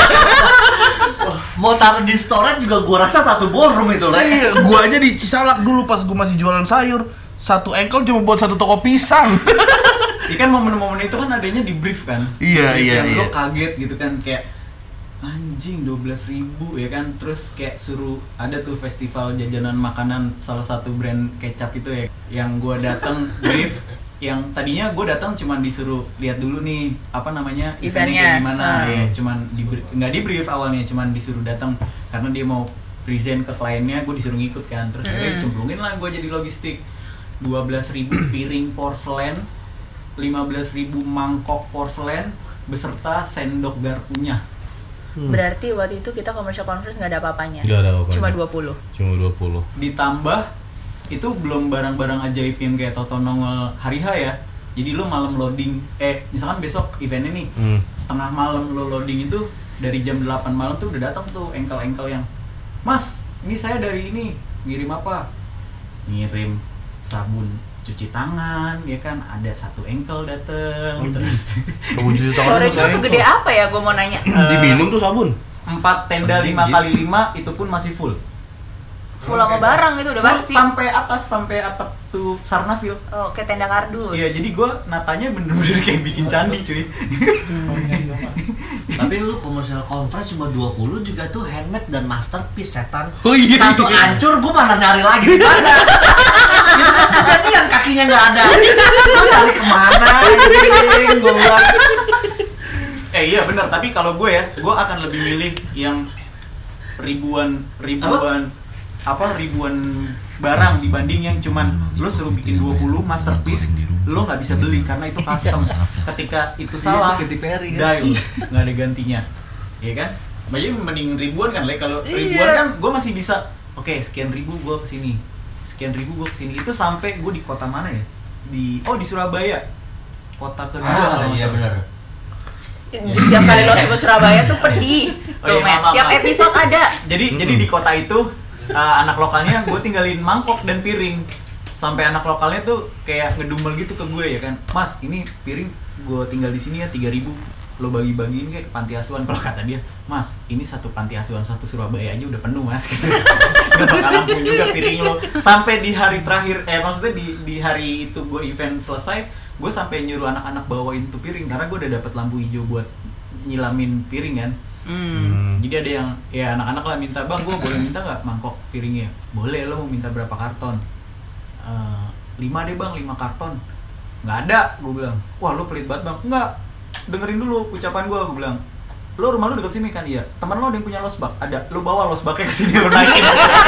Mau taruh di storage juga gua rasa satu ballroom itu, Le. Iya, gua aja di Cisalak dulu pas gua masih jualan sayur, satu engkel cuma buat satu toko pisang. Iya kan momen-momen itu kan adanya di brief kan. Iya. Lo kaget gitu kan kayak anjing 12.000 ya kan, terus kayak suruh ada tuh festival jajanan makanan salah satu brand kecap itu ya, yang gue datang brief, yang tadinya gue datang cuman disuruh lihat dulu nih apa namanya eventnya kayak gimana ya, cuman nggak di brief awalnya, cuman disuruh datang karena dia mau present ke kliennya, gue disuruh ngikut kan, terus akhirnya cemplungin lah gue jadi logistik. 12.000 piring porselen, 15.000 mangkok porselen beserta sendok garpunya. Berarti waktu itu kita commercial conference nggak ada apa-apanya. Nggak ada apa-apanya. Cuma 20. Cuma 20. Ditambah itu belum barang-barang ajaib yang kayak Toto nongol hari H ya. Jadi lo malam loading, misalkan besok eventnya nih, tengah malam lo loading itu dari jam 8 malam tuh udah datang tuh engkel-engkel yang, Mas, ini saya dari ini, ngirim apa? Ngirim sabun cuci tangan, ya kan, ada satu engkel dateng, terus Sabun cuci tangan storage itu segede apa ya, gue mau nanya. diminum tuh sabun. 4 tenda 5x5 itu pun masih full. Full sama barang itu udah Full pasti. sampai atap tuh Sarnafil. Oh, kayak tenda kardus. Iya, jadi gue natanya bener-bener kayak bikin candi cuy. Tapi lu commercial conference cuma 20 juga tuh handmade dan masterpiece setan. Oh iya. Satu hancur gua mana nyari lagi di mana? Itu kan kejadian kakinya nggak ada. Gua cari kemana anjing gua bilang. Iya benar, tapi kalau gue ya, gue akan lebih milih yang ribuan barang dibanding yang cuman lo suruh bikin 20 masterpiece, lo nggak bisa beli karena itu custom. Ketika itu salah, Katy Perry kan. die, nggak ada gantinya, ya kan? Makanya mending ribuan kan, kalau ribuan kan gue masih bisa, oke, sekian ribu gue kesini, sekian ribu gue kesini. Itu sampai gue di kota mana ya? Di Surabaya, kota kedua kalau nggak Iya salah. benar. Tiap kali lo sebut Surabaya tuh pedih. Tuh, men. maaf. Tiap episode ada. Jadi di kota itu anak lokalnya gue tinggalin mangkok dan piring. Sampai anak lokalnya tuh kayak ngedumel gitu ke gue ya kan. Mas, ini piring gue tinggal di sini ya 3.000. Lo bagi-bagiin kayak ke panti asuhan. Kalau kata dia, Mas, ini satu panti asuhan satu Surabaya aja udah penuh Mas gitu. Gak bakal ampun juga piring lo. Sampai di hari terakhir, maksudnya di hari itu gue event selesai, gue sampai nyuruh anak-anak bawain tuh piring karena gue udah dapet lampu hijau buat nyilamin piring kan. Jadi ada yang ya anak-anak lah minta, bang, gue boleh minta nggak mangkok piringnya? Boleh, lo mau minta berapa karton? 5 deh bang, 5 karton. Nggak ada, gue bilang. Wah, lo pelit banget bang. Nggak, dengerin dulu ucapan gue bilang. Lo rumah lo deket sini kan? Iya. Teman lo ada yang punya losbak? Ada. Lo bawa losbaknya ke sini, lo naikin.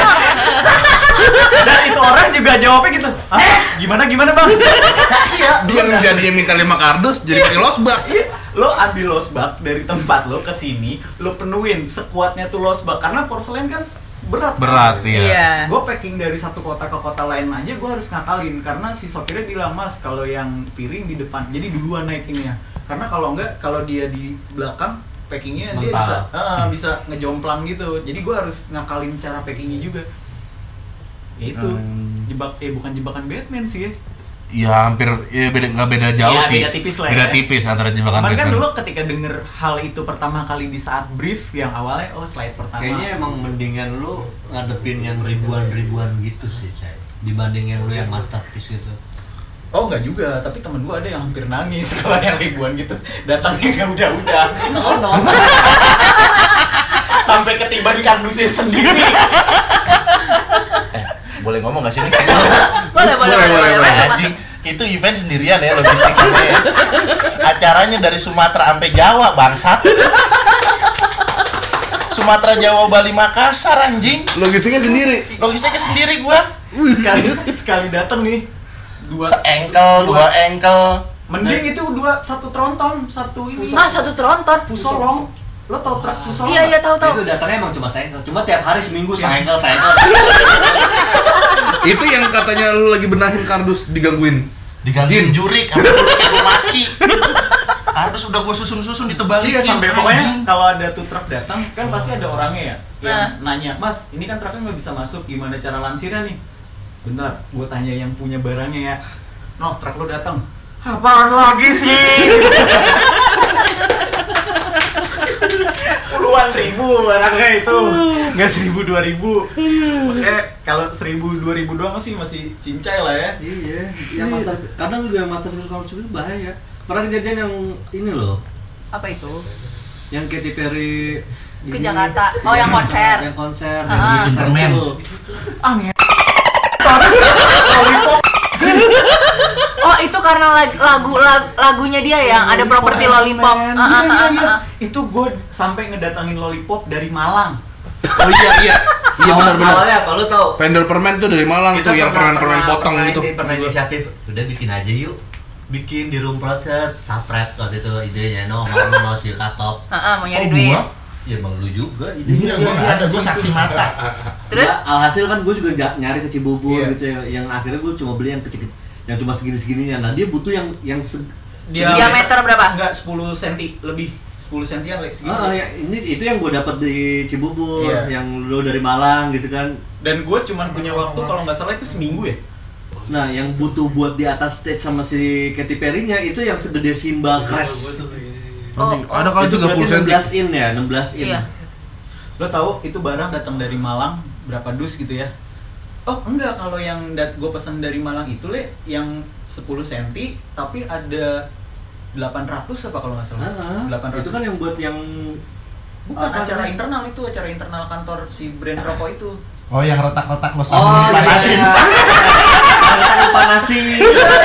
Dan itu orang juga jawabnya gitu. Gimana bang? Iya. Dia jadinya minta 5 kardus jadi pakai losbak. Iya, lo ambil losbak dari tempat lo ke sini, lo penuhin sekuatnya tuh losbak karena porselen kan berat. Iya. Gue packing dari satu kota ke kota lain aja gue harus ngakalin karena si sopirnya bilang, Mas, kalau yang piring di depan, jadi duluan naikinnya. Karena kalau enggak, kalau dia di belakang packingnya dia bisa ngejomplang gitu. Jadi gue harus ngakalin cara packingnya juga. Ya itu bukan jebakan Batman sih ya. Ya hampir nggak beda jauh Ya, sih. beda tipis lah ya. Beda tipis antara jebakan Cuman kan Batman. dulu ketika denger hal itu pertama kali di saat brief yang awalnya slide pertama. Kayaknya emang mendingan lu ngadepin yang ribuan gitu sih, Chay. Dibandingin lu yang masterpiece gitu. Oh enggak juga, tapi temen gua ada yang hampir nangis kalau yang ribuan gitu. Datangnya enggak udah. Oh no. Sampai ketiban kardusnya sendiri. Boleh ngomong gak sih? Boleh. Anjing, itu event sendirian ya logistiknya ya. Acaranya dari Sumatera sampai Jawa, bangsat. Sumatera, Jawa, Bali, Makassar, anjing. Logistiknya sendiri. Logistiknya sendiri gua. Sekali datang nih. Dua engkel. Mending itu satu tronton, satu ini. Satu tronton. Fusolong. Lo tau truk fusolong? Iya, tahu. Itu datangnya emang cuma sengkel. Cuma tiap hari seminggu sengkel. Itu yang katanya lu lagi benahin kardus digangguin. Digantiin jurik sama laki. Kardus udah gua susun ditebalikin. Iya, sampai pokoknya kalau ada tuh truk datang kan pasti ada orangnya ya yang nanya, Mas, ini kan truknya nggak bisa masuk, gimana cara lansirnya nih? Bentar, gua tanya yang punya barangnya ya. No, truk lo datang. Apaan lagi sih? Puluhan ribu barangnya itu, nggak 1.000-2.000. Makanya kalau 1.000-2.000 doang masih cincai lah ya. Iya, yang master kadang juga yang masterpiece kalau bahaya. Pernah kejadian yang ini loh. Apa itu? Yang Katy Perry Ke Jakarta. Oh, yang konser. Yang konser. Ah. Yang Superman. Ah, nge. Oh, itu karena lagunya dia yang ada properti Lollipop. Iya. Itu gue sampai ngedatangin Lollipop dari Malang. Oh iya benar-benar. Awalnya apa lu tahu? Vendor permen tuh dari Malang tuh yang permen potong gitu. Pernah inisiatif, udah bikin aja yuk. Bikin di room project, sapret waktu itu idenya mau si Katop. Mau nyari duit. Ya emang lu juga idenya. Iya, gua nggak ada, gua saksi mata. Terus? Ya, alhasil kan gue juga nyari ke Cibubur Iya. gitu ya. Yang akhirnya gue cuma beli yang kecil, yang cuma segini-segininya. Nah dia butuh yang Diameter berapa? Enggak, 10 cm lebih. 10 cm segitu. ya, itu yang gue dapat di Cibubur, Iya. yang lo dari Malang gitu kan. Dan gue cuman punya waktu kalau nggak salah itu seminggu ya. Nah yang butuh buat di atas stage sama si Katy Perry-nya itu yang segede Simba Crash. Ada kali Itu 30 cm. berarti 16 in ya, 16 in. Iya. Lo tahu itu barang datang dari Malang berapa dus gitu ya? Oh enggak, kalau yang gue pesan dari Malang itu yang 10 cm tapi ada 800 apa kalau nggak salah? 800. Itu kan yang buat yang Bukan acara internal, itu acara internal kantor si brand rokok itu. Oh, yang retak-retak lo sama dipanasin. Dipanasin.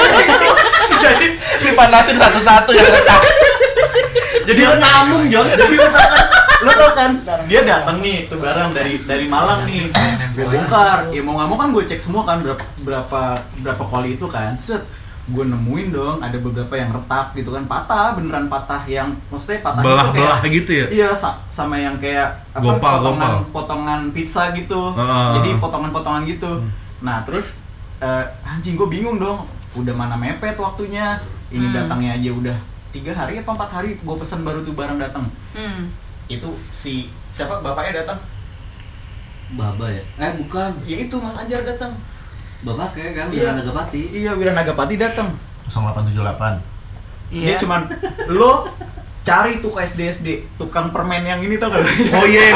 Jadi Dipanasin satu-satu yang retak. Jadi lo namung Jon. Jadi lo tau kan? dia datang nih tuh barang dari Malang nih, gue bongkar. Ya mau nggak mau kan gue cek semua kan berapa kali itu kan. Set, gue nemuin dong ada beberapa yang retak gitu kan, patah, beneran patah, yang maksudnya patah Belah-belah gitu ya. Iya, sama yang kayak potongan pizza gitu. Jadi potongan-potongan gitu. Nah, terus anjing gue bingung dong. Udah mana mepet waktunya. Ini datangnya aja udah 3 hari apa 4 hari gue pesan baru tuh barang datang. Itu si siapa bapaknya datang? Baba ya? Bukan. Ya itu Mas Anjar datang. Bapak kayak kan Iya. Wiranagapati. Iya, Wiranagapati datang. 0878. Dia cuman lo cari tuh ke SD tukang permen yang ini tau gak? Oh iya,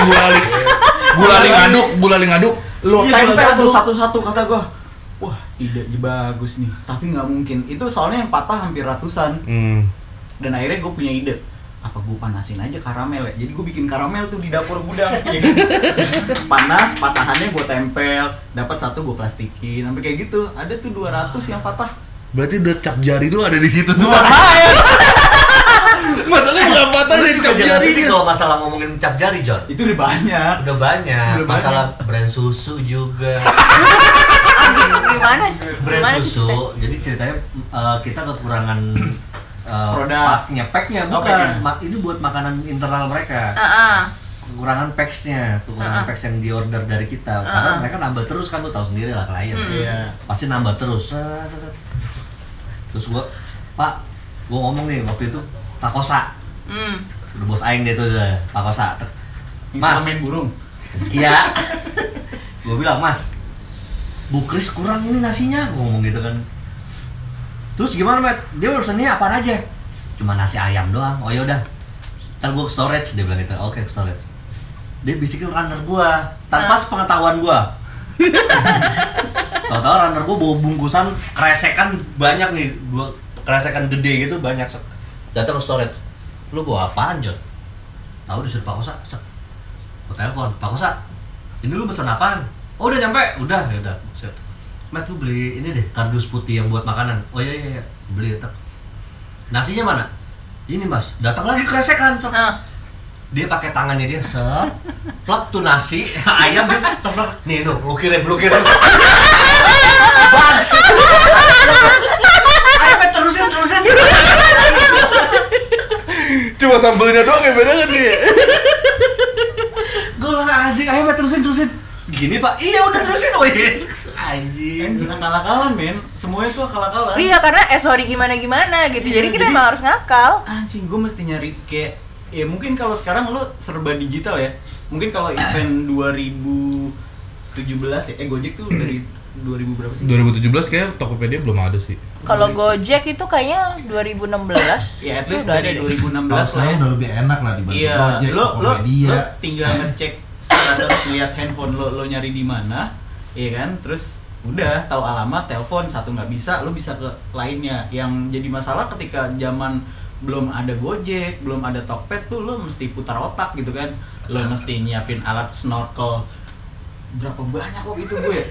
gulali ngaduk. Lo Iya, tempel gulali tuh ngaduk. satu-satu, kata gua. Wah, ide bagus nih. Tapi nggak mungkin. Itu soalnya yang patah hampir ratusan. Dan akhirnya gue punya ide. Apa gue panasin aja karamel ya? Jadi gue bikin karamel tuh di dapur gudang, ya kan? Panas, patahannya gue tempel, dapat satu gue plastikin, sampai kayak gitu. Ada tuh 200 yang patah. Berarti udah cap jari tuh ada di situ semua. Masalahnya nggak patah dari cap jari. Jadi kalau masalah ngomongin cap jari Jon, Itu udah banyak. udah banyak. Udah Masalah brand susu juga. Gimana? Brand susu. Jadi ceritanya kita kekurangan Produk. packnya Oh, bukan. packnya. Ini buat makanan internal mereka. Kekurangan packsnya, kekurangan packs yang diorder dari kita. Karena mereka nambah terus kan, lu tahu sendiri lah klien. Iya. Pasti nambah terus. Terus gua ngomong nih waktu itu Pak Kosa. Udah bos aing dia tuh udah Pak Kosa. Mas, main burung. Iya. Gua bilang, "Mas, Bu Kris kurang ini nasinya." Gua ngomong gitu kan. Terus gimana, Matt? Dia pesannya apaan aja? Cuma nasi ayam doang. Oh yaudah, ntar gua ke storage, dia bilang gitu. Oke, ke storage. Dia bisikin runner gua tanpa sepengetahuan gua. Tahu-tahu runner gua bawa bungkusan kresekan banyak nih, dua kresekan gede gitu banyak. Datang ke storage. Lu bawa apaan, Jon? Tahu disuruh Pak Kosa. Gua telepon, "Pak Kosa, ini lu pesan apaan?" "Oh, udah nyampe." "Udah, ya udah." "Matt, lu beli ini deh, kardus putih yang buat makanan." "Oh iya, beli ya." "Nasinya mana?" "Ini Mas." Datang lagi kresekan. Dia pakai tangannya dia set, plak tuh nasi, ayam dia teplak. "Nih, lu kirim. Bas. Ayo Matt, terusin. Cuma sambelnya doang yang beda kan nih. Gue lah anjing, ayo Matt, terusin. Gini Pak, iya udah terusin, weh. Anjing. Akal-akalan, men. Semuanya tuh akal-akalan. Iya, karena sorry gimana gitu. Iya, Jadi kita jadi- emang harus ngakal. Anjing, gue mesti nyari kayak ya mungkin kalau sekarang lo serba digital ya. Mungkin kalau event 2017 ya, Gojek tuh dari 2000 berapa sih? 2017 kayak Tokopedia belum ada sih. Kalau Gojek itu kayaknya 2016. Ya at Itu least udah dari ada deh. 2016 Kalau lah sekarang ya. udah lebih enak lah dibanding Iya, Gojek, lo Tokopedia. tinggal ngecek status, lihat handphone lo nyari di mana, iya kan? Terus udah tahu alamat, telepon, satu nggak bisa, lo bisa ke lainnya. Yang jadi masalah ketika zaman belum ada Gojek, belum ada Tokped tuh lo mesti putar otak gitu kan. Lo mesti nyiapin alat snorkel berapa banyak kok itu gue.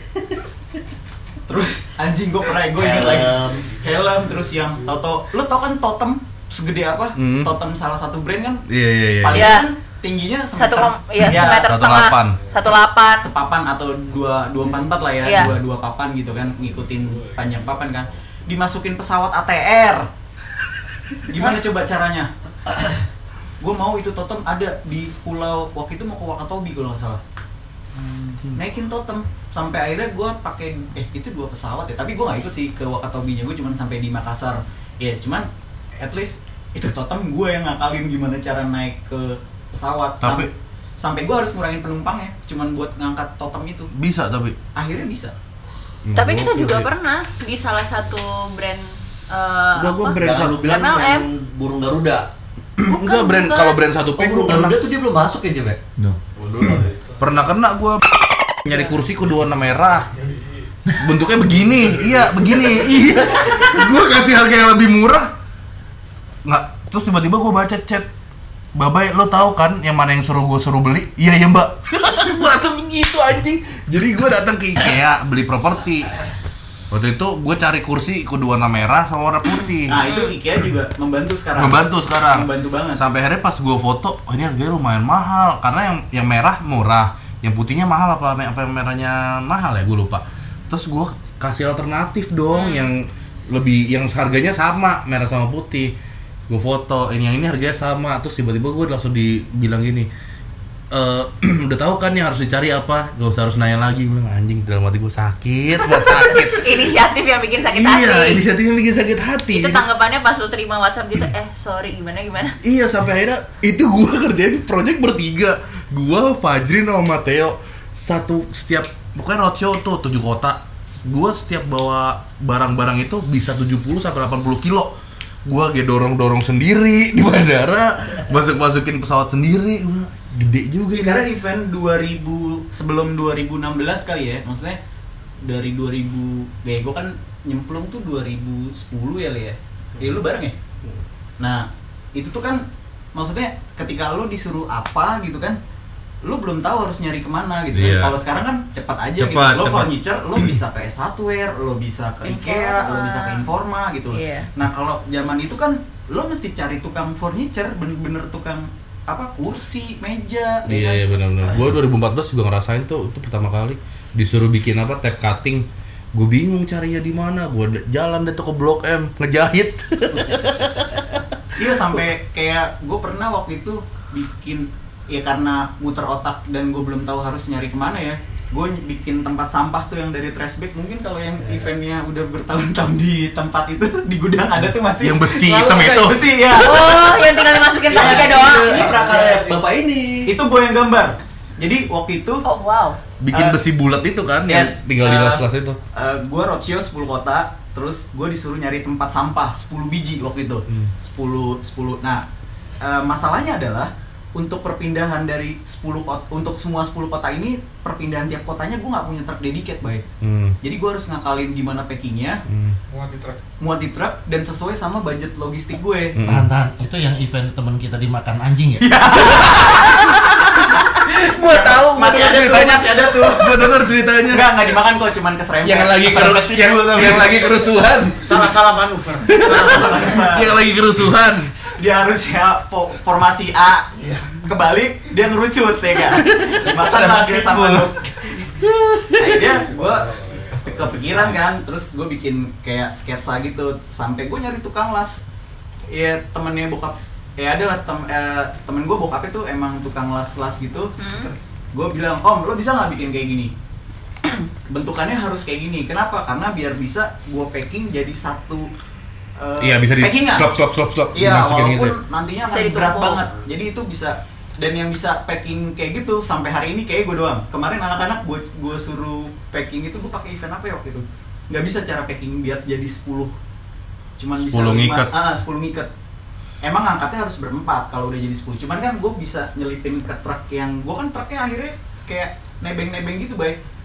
Terus anjing gue ingat lagi helm, terus yang tau lo tau kan totem segede apa? Totem salah satu brand kan Iya. paling kan tingginya semeter setengah, 1,8 sepapan atau 2,44 lah ya, Iya. 2 papan gitu kan, ngikutin panjang papan kan, dimasukin pesawat ATR. Gimana coba caranya? Gue mau itu totem ada di pulau, waktu itu mau ke Wakatobi kalau nggak salah. Naikin totem sampai akhirnya gue pakai itu 2 pesawat ya, tapi gue nggak ikut sih ke Wakatobinya, gue cuma sampai di Makassar ya, cuman at least itu totem gue yang ngakalin gimana cara naik ke pesawat. Sampai gue harus ngurangin penumpangnya cuman buat ngangkat totem itu. Bisa tapi Akhirnya bisa. Tapi kita juga pernah di salah satu brand gue brand Jangan lu bilang MLM. brand burung Garuda. enggak brand bukan. kalau brand 1P Oh, gue burung pernah Garuda tuh dia belum masuk ya, Jeb? pernah kena gue nyari kursi kudu warna merah. Bentuknya begini, iya gue kasih harga yang lebih murah nggak, terus tiba-tiba gue baca chat, Babai lo tahu kan yang mana yang suruh beli? Iya mbak. Gue langsung gitu anjing. Jadi gue datang ke IKEA beli properti. Waktu itu gue cari kursi kudu warna merah sama warna putih. Nah itu IKEA juga membantu sekarang. Membantu banget. Sampai akhirnya pas gue foto, oh ini harganya lumayan mahal karena yang merah murah, yang putihnya mahal apa yang merahnya mahal ya gue lupa. Terus gue kasih alternatif dong yang lebih, yang harganya sama merah sama putih. Gue foto yang ini harganya sama, terus tiba-tiba gue langsung dibilang gini, udah tahu kan yang harus dicari apa, gak usah harus nanya lagi. Gue bilang anjing, dalam hati gue sakit. Inisiatif yang bikin sakit hati. Iya, inisiatif yang bikin sakit hati. Itu tanggapannya pas lu terima WhatsApp gitu, sorry gimana? Iya, sampai akhirnya itu gue kerjain project bertiga. Gue, Fajrin sama Matteo, setiap pokoknya roadshow tuh 7 kota. Gue setiap bawa barang-barang itu bisa 70 sampai 80 kilo. Gue kayak dorong sendiri di bandara, masukin pesawat sendiri. Gede juga ya. Karena event 2000 sebelum 2016 kali ya, maksudnya dari 2000, gue kan nyemplung tuh 2010 ya li ya. Lu bareng ya? Nah, itu tuh kan maksudnya ketika lu disuruh apa gitu kan, lu belum tahu harus nyari kemana gitu kan. Kalau sekarang kan cepat aja gitu. Lo furniture, lo bisa ke S1ware, lo bisa ke IKEA, lo bisa ke Informa gitu loh. Nah, kalau zaman itu kan lo mesti cari tukang furniture, bener-bener tukang kursi, meja. Iya benar-benar. Gue 2014 juga ngerasain tuh, itu pertama kali disuruh bikin tape cutting. Gue bingung carinya di mana. Gue jalan deh tuh ke Blok M ngejahit. Iya, sampai kayak gue pernah waktu itu bikin, ya karena muter otak dan gue belum tahu harus nyari kemana ya, gue bikin tempat sampah tuh yang dari trash bag. Mungkin kalau yang eventnya udah bertahun-tahun di tempat itu, di gudang ada tuh masih yang besi hitam itu. Besi ya. Oh, yang tinggal dimasukin plastiknya doang. Ini prakarya bapak ini. Itu gue yang gambar. Jadi waktu itu Oh wow. Bikin besi bulat itu kan, yang tinggal di kelas itu. Gue roadshow 10 kota, terus gue disuruh nyari tempat sampah 10 biji waktu itu. 10. Nah, masalahnya adalah untuk perpindahan dari 10 kota, untuk semua 10 kota ini, perpindahan tiap kotanya gue nggak punya truk dedicated, baik. Jadi gue harus ngakalin gimana packingnya, muat di truk dan sesuai sama budget logistik gue. Tahan. Itu yang event teman kita dimakan anjing ya? Gue tahu, Masih ada tuh. Gue denger ceritanya. Nggak dimakan kok, cuman keserempet. Yang lagi kerusuhan. Salah manuver. Yang lagi kerusuhan. Dia harusnya formasi A, kebalik dia ngerucut ya kan. Masa lah dia sama lu. Akhirnya gue kepikiran kan, terus gue bikin kayak sketsa gitu, sampai gue nyari tukang las. Ya temennya bokap, ya adalah temen gue bokapnya tuh emang tukang las gitu. Gue bilang, Om, lo bisa nggak bikin kayak gini? Bentukannya harus kayak gini. Kenapa? Karena biar bisa gue packing jadi satu. Iya, bisa di slop. Iya, masukin walaupun gitu. nantinya Bisa akan berat ditumpuk. banget. Jadi itu bisa, dan yang bisa packing kayak gitu sampai hari ini kayak gue doang. Kemarin anak-anak gue suruh packing itu, gue pakai event apa ya waktu itu? Nggak bisa cara packing biar jadi 10. Cuman 10 bisa ngikat. 10 ngikat. Emang angkatnya harus berempat kalau udah jadi 10. Cuman kan gue bisa nyelipin ke truk yang, gue kan truknya akhirnya kayak nebeng-nebeng gitu, baik.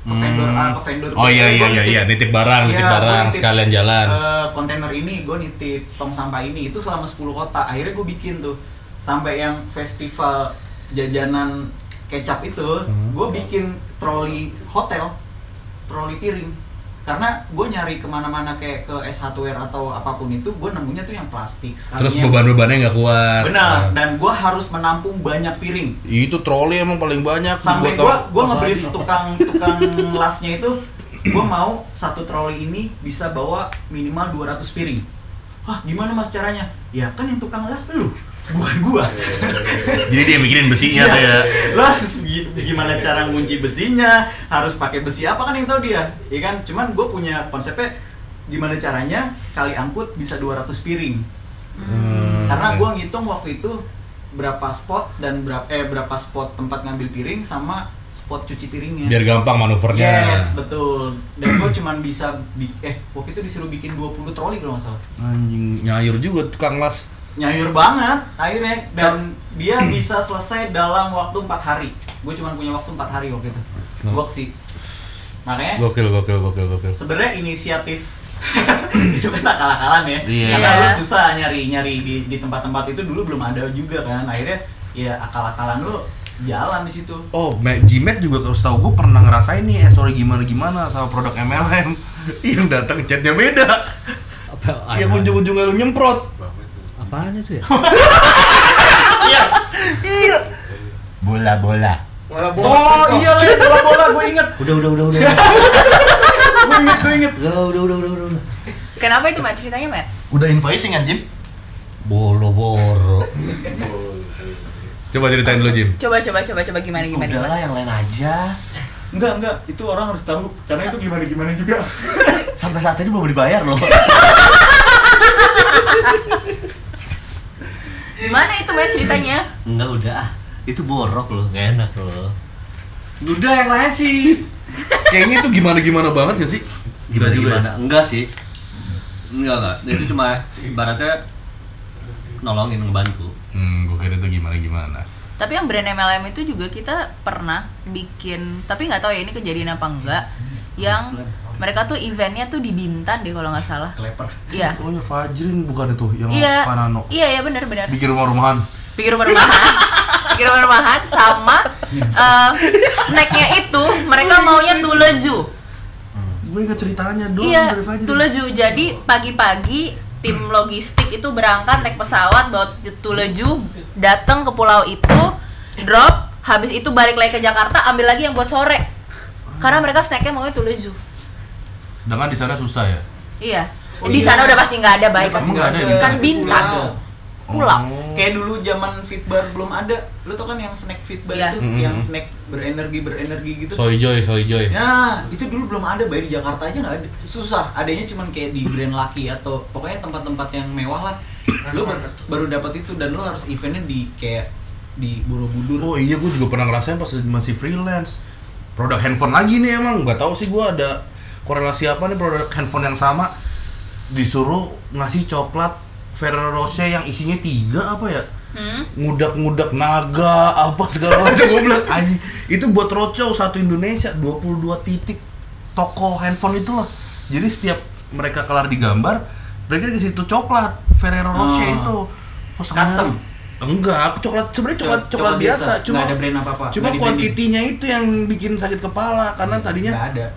ke vendor A, ke vendor B. Oh iya Gua nitip barang gua nitip, sekalian jalan. Kontainer ini gue nitip tong sampah ini, itu selama 10 kota. Akhirnya gue bikin tuh sampai yang festival jajanan kecap itu, gue bikin troli hotel, troli piring. Karena gue nyari kemana-mana kayak ke S1R atau apapun itu, gue nemunya tuh yang plastik. Terus beban-bebannya nggak kuat. Benar, dan gue harus menampung banyak piring. Itu troli emang paling banyak. Sampai gue nge-brief tukang lasnya itu, gue mau satu troli ini bisa bawa minimal 200 piring. Wah, gimana mas caranya? Ya kan yang tukang las lu, bukan gua. Jadi dia mikirin besinya tuh ya. Lo harus gimana cara ngunci besinya, harus pakai besi apa kan yang tahu dia, ya kan? Cuman gue punya konsepnya gimana caranya sekali angkut bisa 200 piring. Karena gue ngitung waktu itu berapa spot dan berapa spot tempat ngambil piring sama spot cuci piringnya. Biar gampang manuvernya. Yes, betul. Dan gue cuman bisa waktu itu disuruh bikin 20 troli kalau nggak salah. Anjing, nyayur juga tukang las. Nyayur banget akhirnya, dan dia bisa selesai dalam waktu 4 hari. Gue cuma punya waktu 4 hari waktu itu. Gok sih. Makanya Gokil. sebenarnya inisiatif itu kan akal-akalan ya. Iya. Karena lu susah nyari di tempat-tempat itu dulu belum ada juga kan. Akhirnya ya akal-akalan lu jalan di situ. Oh, Gmat juga kalau tahu gue pernah ngerasain nih gimana sama produk MLM yang datang chatnya beda. Apa? Yang ujung-ujungnya lu nyemprot. Apaan itu ya? Iya. Bola-bola. Oh iya, bola-bola gue inget. Udah. Gue inget. Udah. Kenapa itu Mat ceritanya Mat? Udah invoicing kan, Jim? Boro-boro. Coba ceritain dulu, Jim. Coba gimana. Udahlah yang lain aja. Enggak, itu orang harus tahu karena itu gimana juga. Sampai saat ini belum dibayar loh. Gimana itu Mat ceritanya? Enggak udah. Itu borok loh, gak enak loh. Udah yang lain sih. Kayaknya itu gimana banget gak sih? Gimana? Enggak sih. Enggak. Itu cuma ibaratnya nolongin, ngebantu. Gue kira itu gimana. Tapi yang brand MLM itu juga kita pernah bikin, tapi nggak tahu ya ini kejadian apa enggak. Yang mereka tuh eventnya tuh di Bintan deh kalau nggak salah. Kleper. Iya. Oh ya Fajrin bukan itu yang Iya. Panano. Iya benar. Bikin rumah-rumahan. Bikin rumah-rumahan sama snacknya itu mereka maunya tuleju. Gue ingat ceritanya doang Iya, dari Fajrin. tuleju. Jadi pagi-pagi tim logistik itu berangkat naik pesawat bawa tuleju, datang ke pulau itu, drop, habis itu balik lagi ke Jakarta, ambil lagi yang buat sore. Karena mereka snacknya maunya tuleju. Dengan di sana susah ya. Iya. Oh, Di iya. sana udah pasti nggak ada baik. Pasti Emang nggak nggak ada. ada ya? Kan Bintan. Pulau. Kayak dulu zaman Fitbar belum ada. Lu tau kan yang snack Fitbar Iya. itu, yang snack berenergi gitu. Soy Joy. Ya, itu dulu belum ada, di Jakarta aja nggak ada. Susah, adanya cuman kayak di Grand Lucky atau pokoknya tempat-tempat yang mewah lah. Lu baru dapat itu, dan lu harus eventnya di kayak di Borobudur. Oh iya, gue juga pernah ngerasain pas masih freelance. Produk handphone lagi nih emang, nggak tahu sih gue ada korelasi apa nih produk handphone yang sama. Disuruh ngasih coklat Ferrero Rocher yang isinya 3 apa ya? Ngudak-ngudak naga apa segala macam. Gue bilang anjing, itu buat roadshow satu Indonesia 22 titik toko handphone itulah. Jadi setiap mereka kelar digambar, mereka dikasih itu coklat Ferrero Rocher itu. Custom. Enggak, sebenarnya coklat biasa, cuma nggak ada brand apa-apa. Cuma kuantitinya itu yang bikin sakit kepala karena tadinya nggak ada.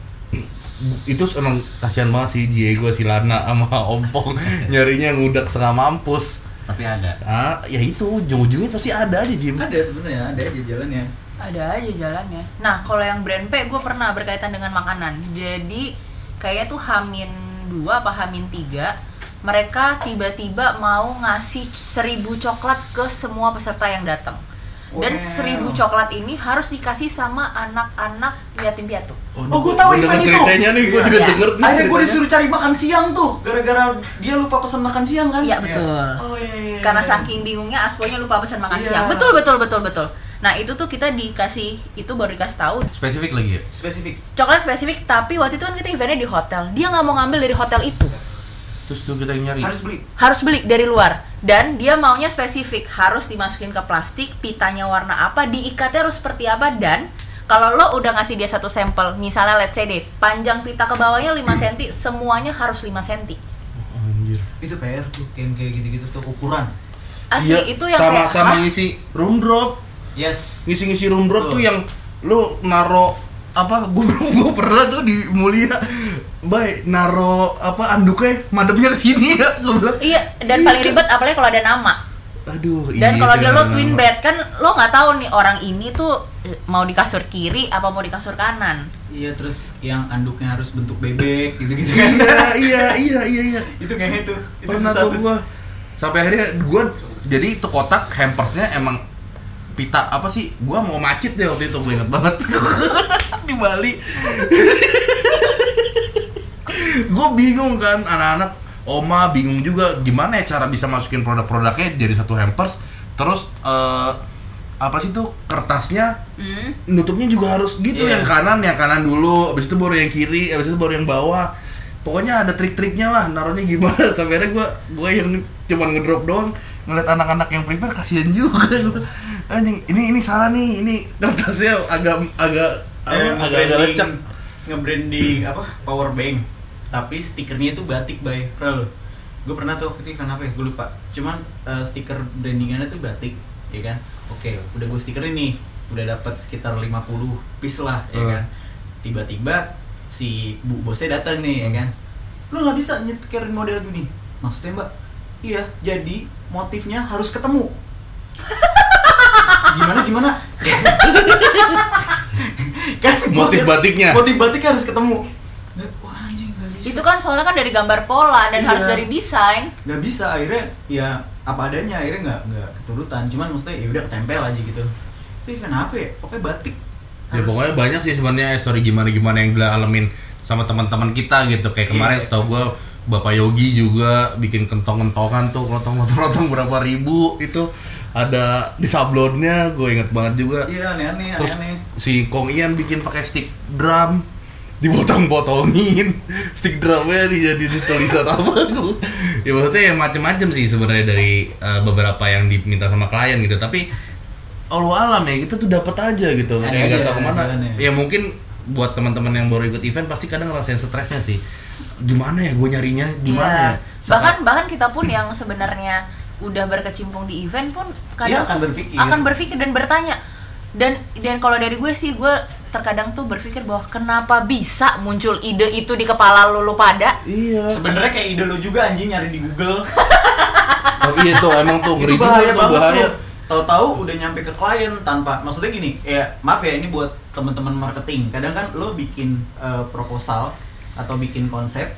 itu emang kasihan banget sih Diego, si Lana sama Ompong nyarinya ngudak setengah mampus. Tapi ada. Ya itu ujung-ujungnya pasti ada aja, Jim. Ada sebenarnya, ada aja jalannya. Ada aja jalannya. Nah, kalau yang brand P gue pernah berkaitan dengan makanan. Jadi kayaknya tuh Hamin 2 apa Hamin 3 mereka tiba-tiba mau ngasih 1000 coklat ke semua peserta yang datang. Dan 1000 coklat ini harus dikasih sama anak-anak yatim piatu. Oh, gue tahu event itu. Ceritanya nih, gue juga Iya. denger nih. Akhirnya gue disuruh cari makan siang tuh, gara-gara dia lupa pesan makan siang kan? Iya betul. Oh iya. Karena saking bingungnya Asponya lupa pesan makan Iya. siang. Betul. Nah, itu tuh kita dikasih, itu baru dikasih tahu Spesifik lagi ya? spesifik. coklat spesifik, tapi waktu itu kan kita eventnya di hotel. Dia nggak mau ngambil dari hotel itu. Terus tuh kita yang nyari. Harus beli. Dari luar. Dan dia maunya spesifik, harus dimasukin ke plastik, pitanya warna apa, diikatnya harus seperti apa, dan Kalau lo udah ngasih dia satu sampel, misalnya let's say deh, panjang pita ke bawahnya 5 cm, semuanya harus 5 cm. Anjir. Itu PR tuh, kayak gitu-gitu tuh ukuran. Asli Iya, itu yang sama hah? ngisi room drop. Yes. Ngisi room drop Betul. tuh yang lu naro apa? Gua pernah tuh di Mulia, Bay, naro apa anduknya madepnya ke sini ya. Gua bilang, Iya, dan paling ribet apalagi kalau ada nama. aduh, Dan kalau dia lo nama. twin bed kan lo nggak tahu nih orang ini tuh mau di kasur kiri apa mau di kasur kanan. Iya, terus yang anduknya harus bentuk bebek gitu-gitu kan. Iya. Itu kayak itu Pernah susah tuh gua. Sampai akhirnya gua jadi itu kotak hampersnya emang pita apa sih? Gua mau macet deh waktu itu, gue inget banget. Di Bali. Gue bingung kan, anak-anak Oma bingung juga gimana ya cara bisa masukin produk-produknya jadi satu hampers. Terus apa sih tuh kertasnya nutupnya juga harus gitu, Iya. yang kanan dulu, habis itu baru yang kiri, habis itu baru yang bawah. Pokoknya ada trik-triknya lah naruhnya gimana. Sampai akhirnya gue yang cuman ngedrop doang, ngeliat anak-anak yang prepare kasihan juga. Anjing, ini salah nih, ini kertasnya agak lecek. Nge-branding apa? Power bank. Tapi stikernya itu batik, Bay. Pernah lo? Gue pernah tuh waktu itu event apa ya? Gue lupa. Cuman stiker brandingannya tuh batik, ya kan? Oke, udah gue stikerin nih. Udah dapat sekitar 50 piece lah, ya kan? Tiba-tiba si bu bosnya datang nih, ya kan? Lu nggak bisa nyetikerin model gini. Maksudnya, Mbak? Iya, jadi motifnya harus ketemu. Gimana? Kan Motif batiknya? Motif batiknya harus ketemu. Wah, anjing, nggak bisa. Itu kan soalnya kan dari gambar pola dan Iya. harus dari desain. Nggak bisa, akhirnya ya apa adanya, akhirnya nggak keturutan. Cuman maksudnya ya udah ketempel aja gitu. Itu kenapa ya? Pokoknya batik. Ya pokoknya banyak sih sebenarnya story gimana yang gue alamin sama teman-teman kita gitu. Kayak kemarin setahu gue Bapak Yogi juga bikin kentong-kentongan tuh, lotong berapa ribu itu ada di sablonnya, gue inget banget juga. Iya, aneh-aneh. Terus si Kong Ian bikin pakai stick drum, dipotong-potongin stick drumnya dijadiin tulisan apa tuh. Ya maksudnya ya macem-macem sih sebenarnya dari beberapa yang diminta sama klien gitu. Tapi Allah alam ya kita tuh dapat aja gitu. Ada Kayak gak aja, tau kemana. jalannya. Ya mungkin buat teman-teman yang baru ikut event pasti kadang ngerasain stresnya sih. Gimana ya gue nyarinya? Gimana Iya. ya? Bahkan kita pun yang sebenarnya udah berkecimpung di event pun kadang akan tuh berpikir. akan berpikir dan bertanya. Dan kalau dari gue sih, gue terkadang tuh berpikir bahwa kenapa bisa muncul ide itu di kepala lu pada. Iya. Sebenarnya kayak ide lo juga anjing nyari di Google. Tapi itu emang tuh ngeri Itu juga bahaya tuh, banget bahaya. tuh. Tahu-tahu udah nyampe ke klien tanpa, maksudnya gini, ya maaf ya ini buat teman-teman marketing. Kadang kan lo bikin proposal atau bikin konsep,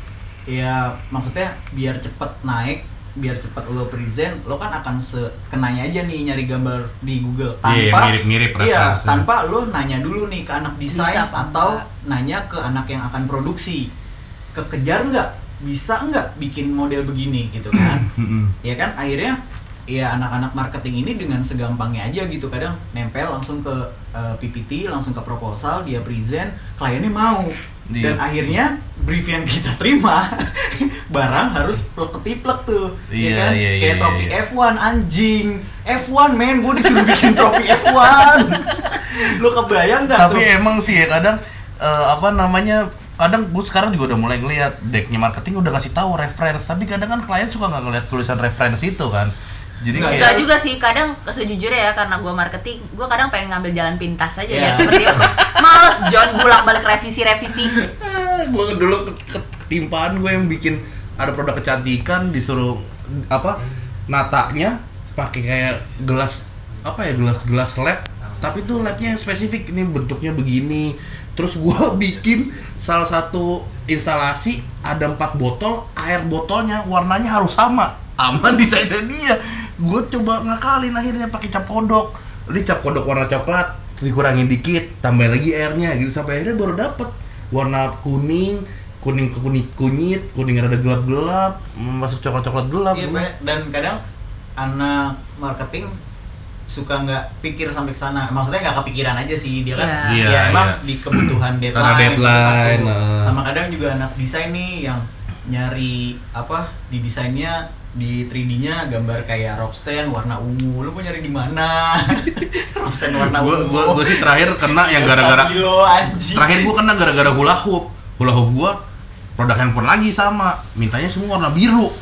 ya maksudnya biar cepet naik, biar cepet lo present, lo kan akan sekenanya aja nih nyari gambar di Google Iya, tanpa mirip-mirip iya, referensinya. tanpa lo nanya dulu nih ke anak desain Bisa apa atau enggak? nanya ke anak yang akan produksi, kekejar nggak, bisa nggak bikin model begini gitu kan. Ya kan akhirnya ya anak-anak marketing ini dengan segampangnya aja gitu kadang nempel langsung ke PPT, langsung ke proposal, dia present, kliennya mau. Dan Iya. akhirnya brief yang kita terima barang harus plek-ketiplek tuh. Iya, ya kan? iya, Kayak iya, trofi iya. F1 anjing. F1 men, gue disuruh bikin trofi F1. Lo kebayang nggak tuh? Tapi emang sih ya kadang kadang gue sekarang juga udah mulai ngeliat decknya marketing udah ngasih tahu reference, tapi kadang kan klien suka nggak ngeliat tulisan reference itu kan. Jadi Nggak, kayak Enggak juga sih, kadang sejujurnya ya karena gue marketing, gue kadang pengen ngambil jalan pintas aja Iya. biar cepet dia. Males John bolak-balik revisi. gue dulu ketimpaan gue yang bikin ada produk kecantikan disuruh natanya pakai kayak gelas gelas lab, tapi tuh labnya spesifik, ini bentuknya begini. Terus gue bikin salah satu instalasi ada 4 botol, air botolnya warnanya harus sama, aman desainnya dia. Gue coba ngakalin akhirnya pakai cap kodok. Ini cap kodok warna coklat, dikurangin dikit, tambah lagi airnya gitu sampai akhirnya baru dapet warna kuning ke kunyit rada gelap-gelap, masuk coklat-coklat gelap. Iya, Pak. Dan kadang anak marketing suka nggak pikir sampai ke sana. Maksudnya nggak kepikiran aja sih dia kan. Iya. Iya, Emang iya. di kebutuhan deadline. Karena deadline, satu. Sama kadang juga anak desain nih yang nyari di desainnya di 3D-nya gambar kayak rope stand warna ungu. Lu mau nyari di mana? Rope stand warna ungu. Gua sih terakhir kena yang gara-gara Stabilo, anjing. terakhir gua kena gara-gara hula hoop gua produk handphone lagi sama mintanya semua warna biru.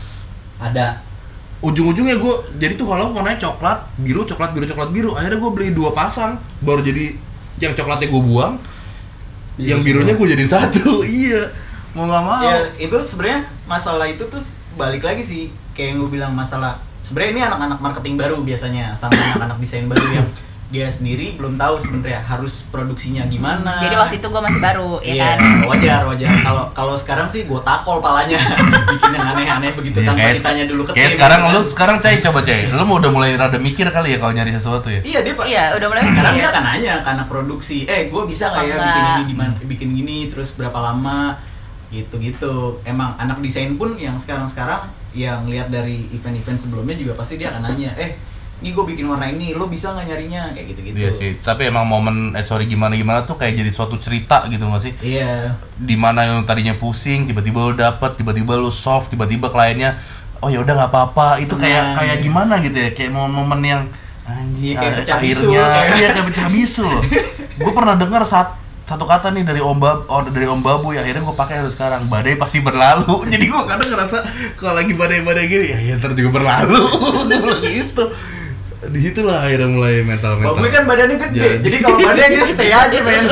Ada. Ujung-ujungnya gua jadi tuh kalau warnanya coklat biru akhirnya gua beli 2 pasang baru jadi yang coklatnya gua buang yang birunya gua jadiin satu. Iya, mau nggak mau. Ya, itu sebenarnya masalah itu tuh balik lagi sih kayak yang gue bilang, masalah sebenarnya ini anak-anak marketing baru biasanya sama anak-anak desain baru yang dia sendiri belum tahu sebenarnya harus produksinya gimana. Jadi waktu itu gue masih baru, ya Iya, kan? wajar. Kalau sekarang sih gue takol palanya bikin yang aneh-aneh begitu Iya, tanpa ditanya dulu ke kayak tim, sekarang gitu kan. lu sekarang coba lu mau udah mulai rada mikir kali ya kalau nyari sesuatu ya. Iya, dia Pak. Iya, udah mulai Sekarang mikir. dia akan nanya ke anak produksi, gue bisa nggak ya Enggak. bikin ini di mana, bikin gini, terus berapa lama, gitu. Emang anak desain pun yang sekarang yang lihat dari event-event sebelumnya juga pasti dia akan nanya, ini gue bikin warna ini, lo bisa nggak nyarinya, kayak gitu-gitu. Iya sih, tapi emang momen gimana tuh kayak jadi suatu cerita gitu nggak sih? Iya. Dimana yang tadinya pusing, tiba-tiba lu dapet, tiba-tiba lu soft, tiba-tiba kliennya, oh ya udah nggak apa-apa, itu Senang, kayak ya. gimana gitu ya, kayak momen yang anjing, Iya, kayak pecah bisu, akhirnya, kayak- iya kayak pecah bisu loh. Gue pernah dengar satu kata nih dari Om Babu ya, akhirnya gue pakai sekarang, badai pasti berlalu. Jadi gue kadang ngerasa kalau lagi badai-badai gini, ya ntar juga berlalu. Gue bilang gitu. Di situlah akhirnya mulai mental. Babu kan badannya gede, jadi kalau badai dia stay aja men.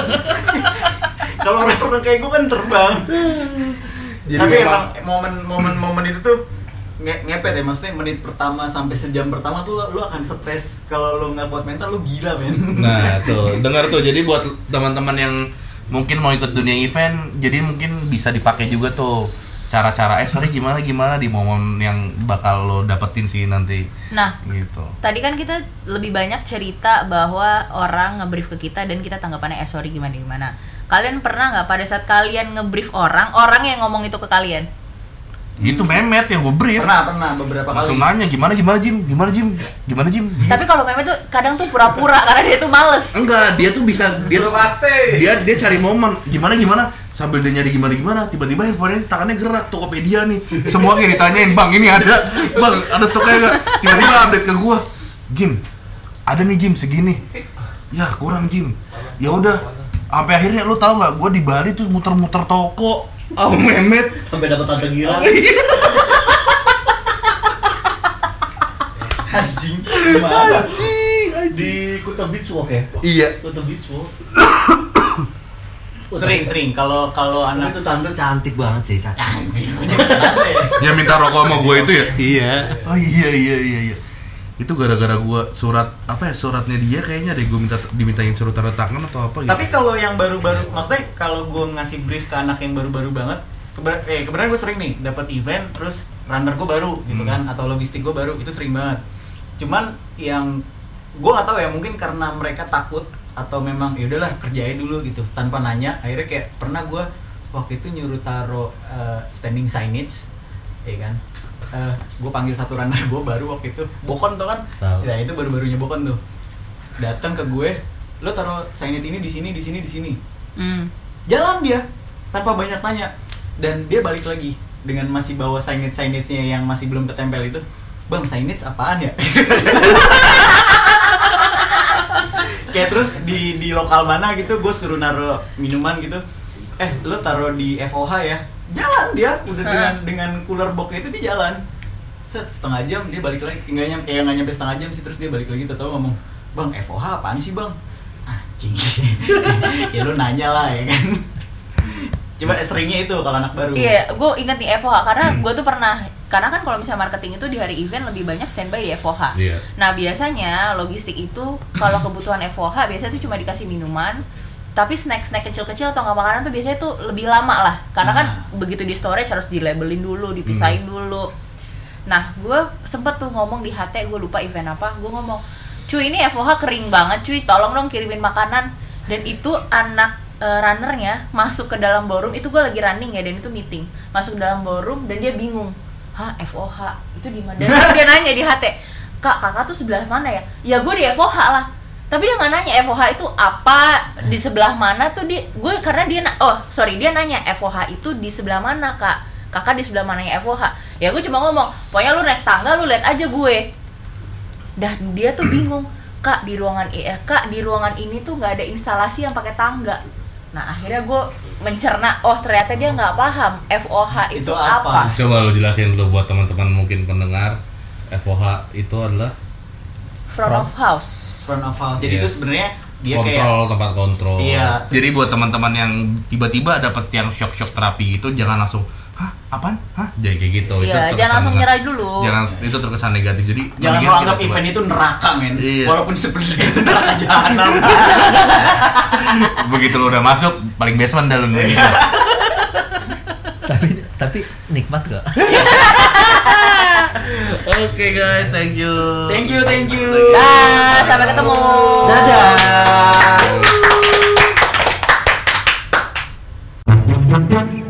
Kalau orang-orang kayak gue kan terbang. Jadi Tapi memang- emang momen itu tuh ngepet ya, maksudnya menit pertama sampai sejam pertama tuh lu akan stres. Kalau lu nggak kuat mental lu gila men. Nah tuh, dengar tuh. Jadi buat teman-teman yang mungkin mau ikut dunia event, jadi mungkin bisa dipakai juga tuh cara-cara gimana di momen yang bakal lo dapetin sih nanti. Nah, Gitu. tadi kan kita lebih banyak cerita bahwa orang nge-brief ke kita dan kita tanggapannya gimana. Kalian pernah nggak pada saat kalian nge-brief orang yang ngomong itu ke kalian? Itu Mehmet yang gue brief. Pernah beberapa Langsung kali. nanya gimana Jim? Tapi kalau Mehmet tuh kadang tuh pura-pura karena dia tuh males. Enggak, dia tuh bisa pasti. dia cari momen gimana sambil dia nyari gimana tiba-tiba handphone tangannya gerak Tokopedia nih. Semua kayak ditanyain, "Bang, ini ada stoknya enggak?" Tiba-tiba update ke gua, "Jim, ada nih Jim segini." "Ya, kurang Jim." Ya udah, sampai akhirnya lu tahu nggak, gua di Bali tuh muter-muter toko sama Mehmet Sampai dapat tante gila. Anjing. Gimana? Di Kuta Beach Walk ya? Iya. Kuta Beach Walk. Sering kalau Tapi anak itu tante cantik banget sih, cantik. anjing udah kenapa ya? Yang minta rokok sama gua itu ya? Iya. Oh iya. Itu gara-gara gua suratnya dia kayaknya deh, gua dimintain suruh tanda tangan atau apa gitu. Tapi kalau yang baru-baru, maksudnya kalau gue ngasih brief ke anak yang baru-baru banget, kebetulan gue sering nih dapat event, terus runner gue baru gitu kan, atau logistik gue baru, itu sering banget. Cuman yang gue nggak tahu ya, mungkin karena mereka takut atau memang ya udahlah kerjain dulu gitu tanpa nanya. Akhirnya kayak pernah gue waktu itu nyuruh taro standing signage, ya kan. Gue panggil satu runner gue baru waktu itu, Bokon tuh kan, Tahu. ya itu baru-barunya Bokon tuh, datang ke gue, lo taruh signage ini di sini. Jalan dia tanpa banyak tanya, dan dia balik lagi dengan masih bawa signage-nya yang masih belum ketempel itu. "Bang, signage apaan ya?" Kayak terus di lokal mana gitu, gue suruh naruh minuman gitu, lo taruh di FOH ya. Jalan dia udah dengan cooler box itu dia jalan. Setengah jam dia balik lagi, nggak nyampe setengah jam sih, terus dia balik lagi tahu ngomong, "Bang, FOH apaan sih bang?" Anjing. Ya lu nanya lah ya kan. Coba seringnya itu kalau anak baru. Iya, gue inget nih FOH karena gue tuh pernah, karena kan kalau misalnya marketing itu di hari event lebih banyak standby di FOH. Iya. Nah biasanya logistik itu kalau kebutuhan FOH biasanya tuh cuma dikasih minuman, tapi snack kecil-kecil atau nggak makanan tuh biasanya tuh lebih lama lah, karena kan begitu di storage harus dilabelin dulu, dipisahin dulu. Nah gue sempet tuh ngomong di HT, gue lupa event apa, gue ngomong, "Cuy, ini FOH kering banget cuy, tolong dong kirimin makanan." Dan itu anak runnernya masuk ke dalam ballroom, itu gue lagi running ya, dan itu meeting, masuk ke dalam ballroom dan dia bingung, "Hah, FOH itu di mana?" Dan dia nanya di HT, "Kakak tuh sebelah mana ya?" "Ya gue di FOH lah." Tapi dia nggak nanya FOH itu apa, di sebelah mana tuh dia, gue karena dia dia nanya FOH itu di sebelah mana kak, kakak di sebelah mananya FOH. Ya gue cuma ngomong, pokoknya lu naik tangga lu lihat aja gue. Dah dia tuh bingung, kak di ruangan ini tuh nggak ada instalasi yang pakai tangga. Nah akhirnya gue mencerna, oh ternyata dia nggak paham FOH itu apa. Coba lu jelasin dulu buat teman-teman mungkin pendengar, FOH itu adalah Front of house. Jadi itu sebenarnya dia kontrol, tempat kontrol. Iya. Jadi buat teman-teman yang tiba-tiba dapat yang shock terapi itu jangan langsung, hah apaan? Hah? Jadi kayak gitu. Iya, itu jangan langsung nyerah dulu. Jangan, itu terkesan negatif. Jadi jangan lo anggap event itu neraka, men. Iya. Walaupun sebenarnya itu neraka jahanam. Begitu lo udah masuk, paling basement dah lo nih. Tapi nikmat gak? Oke guys, thank you. Thank you. Sampai ketemu. Dadah.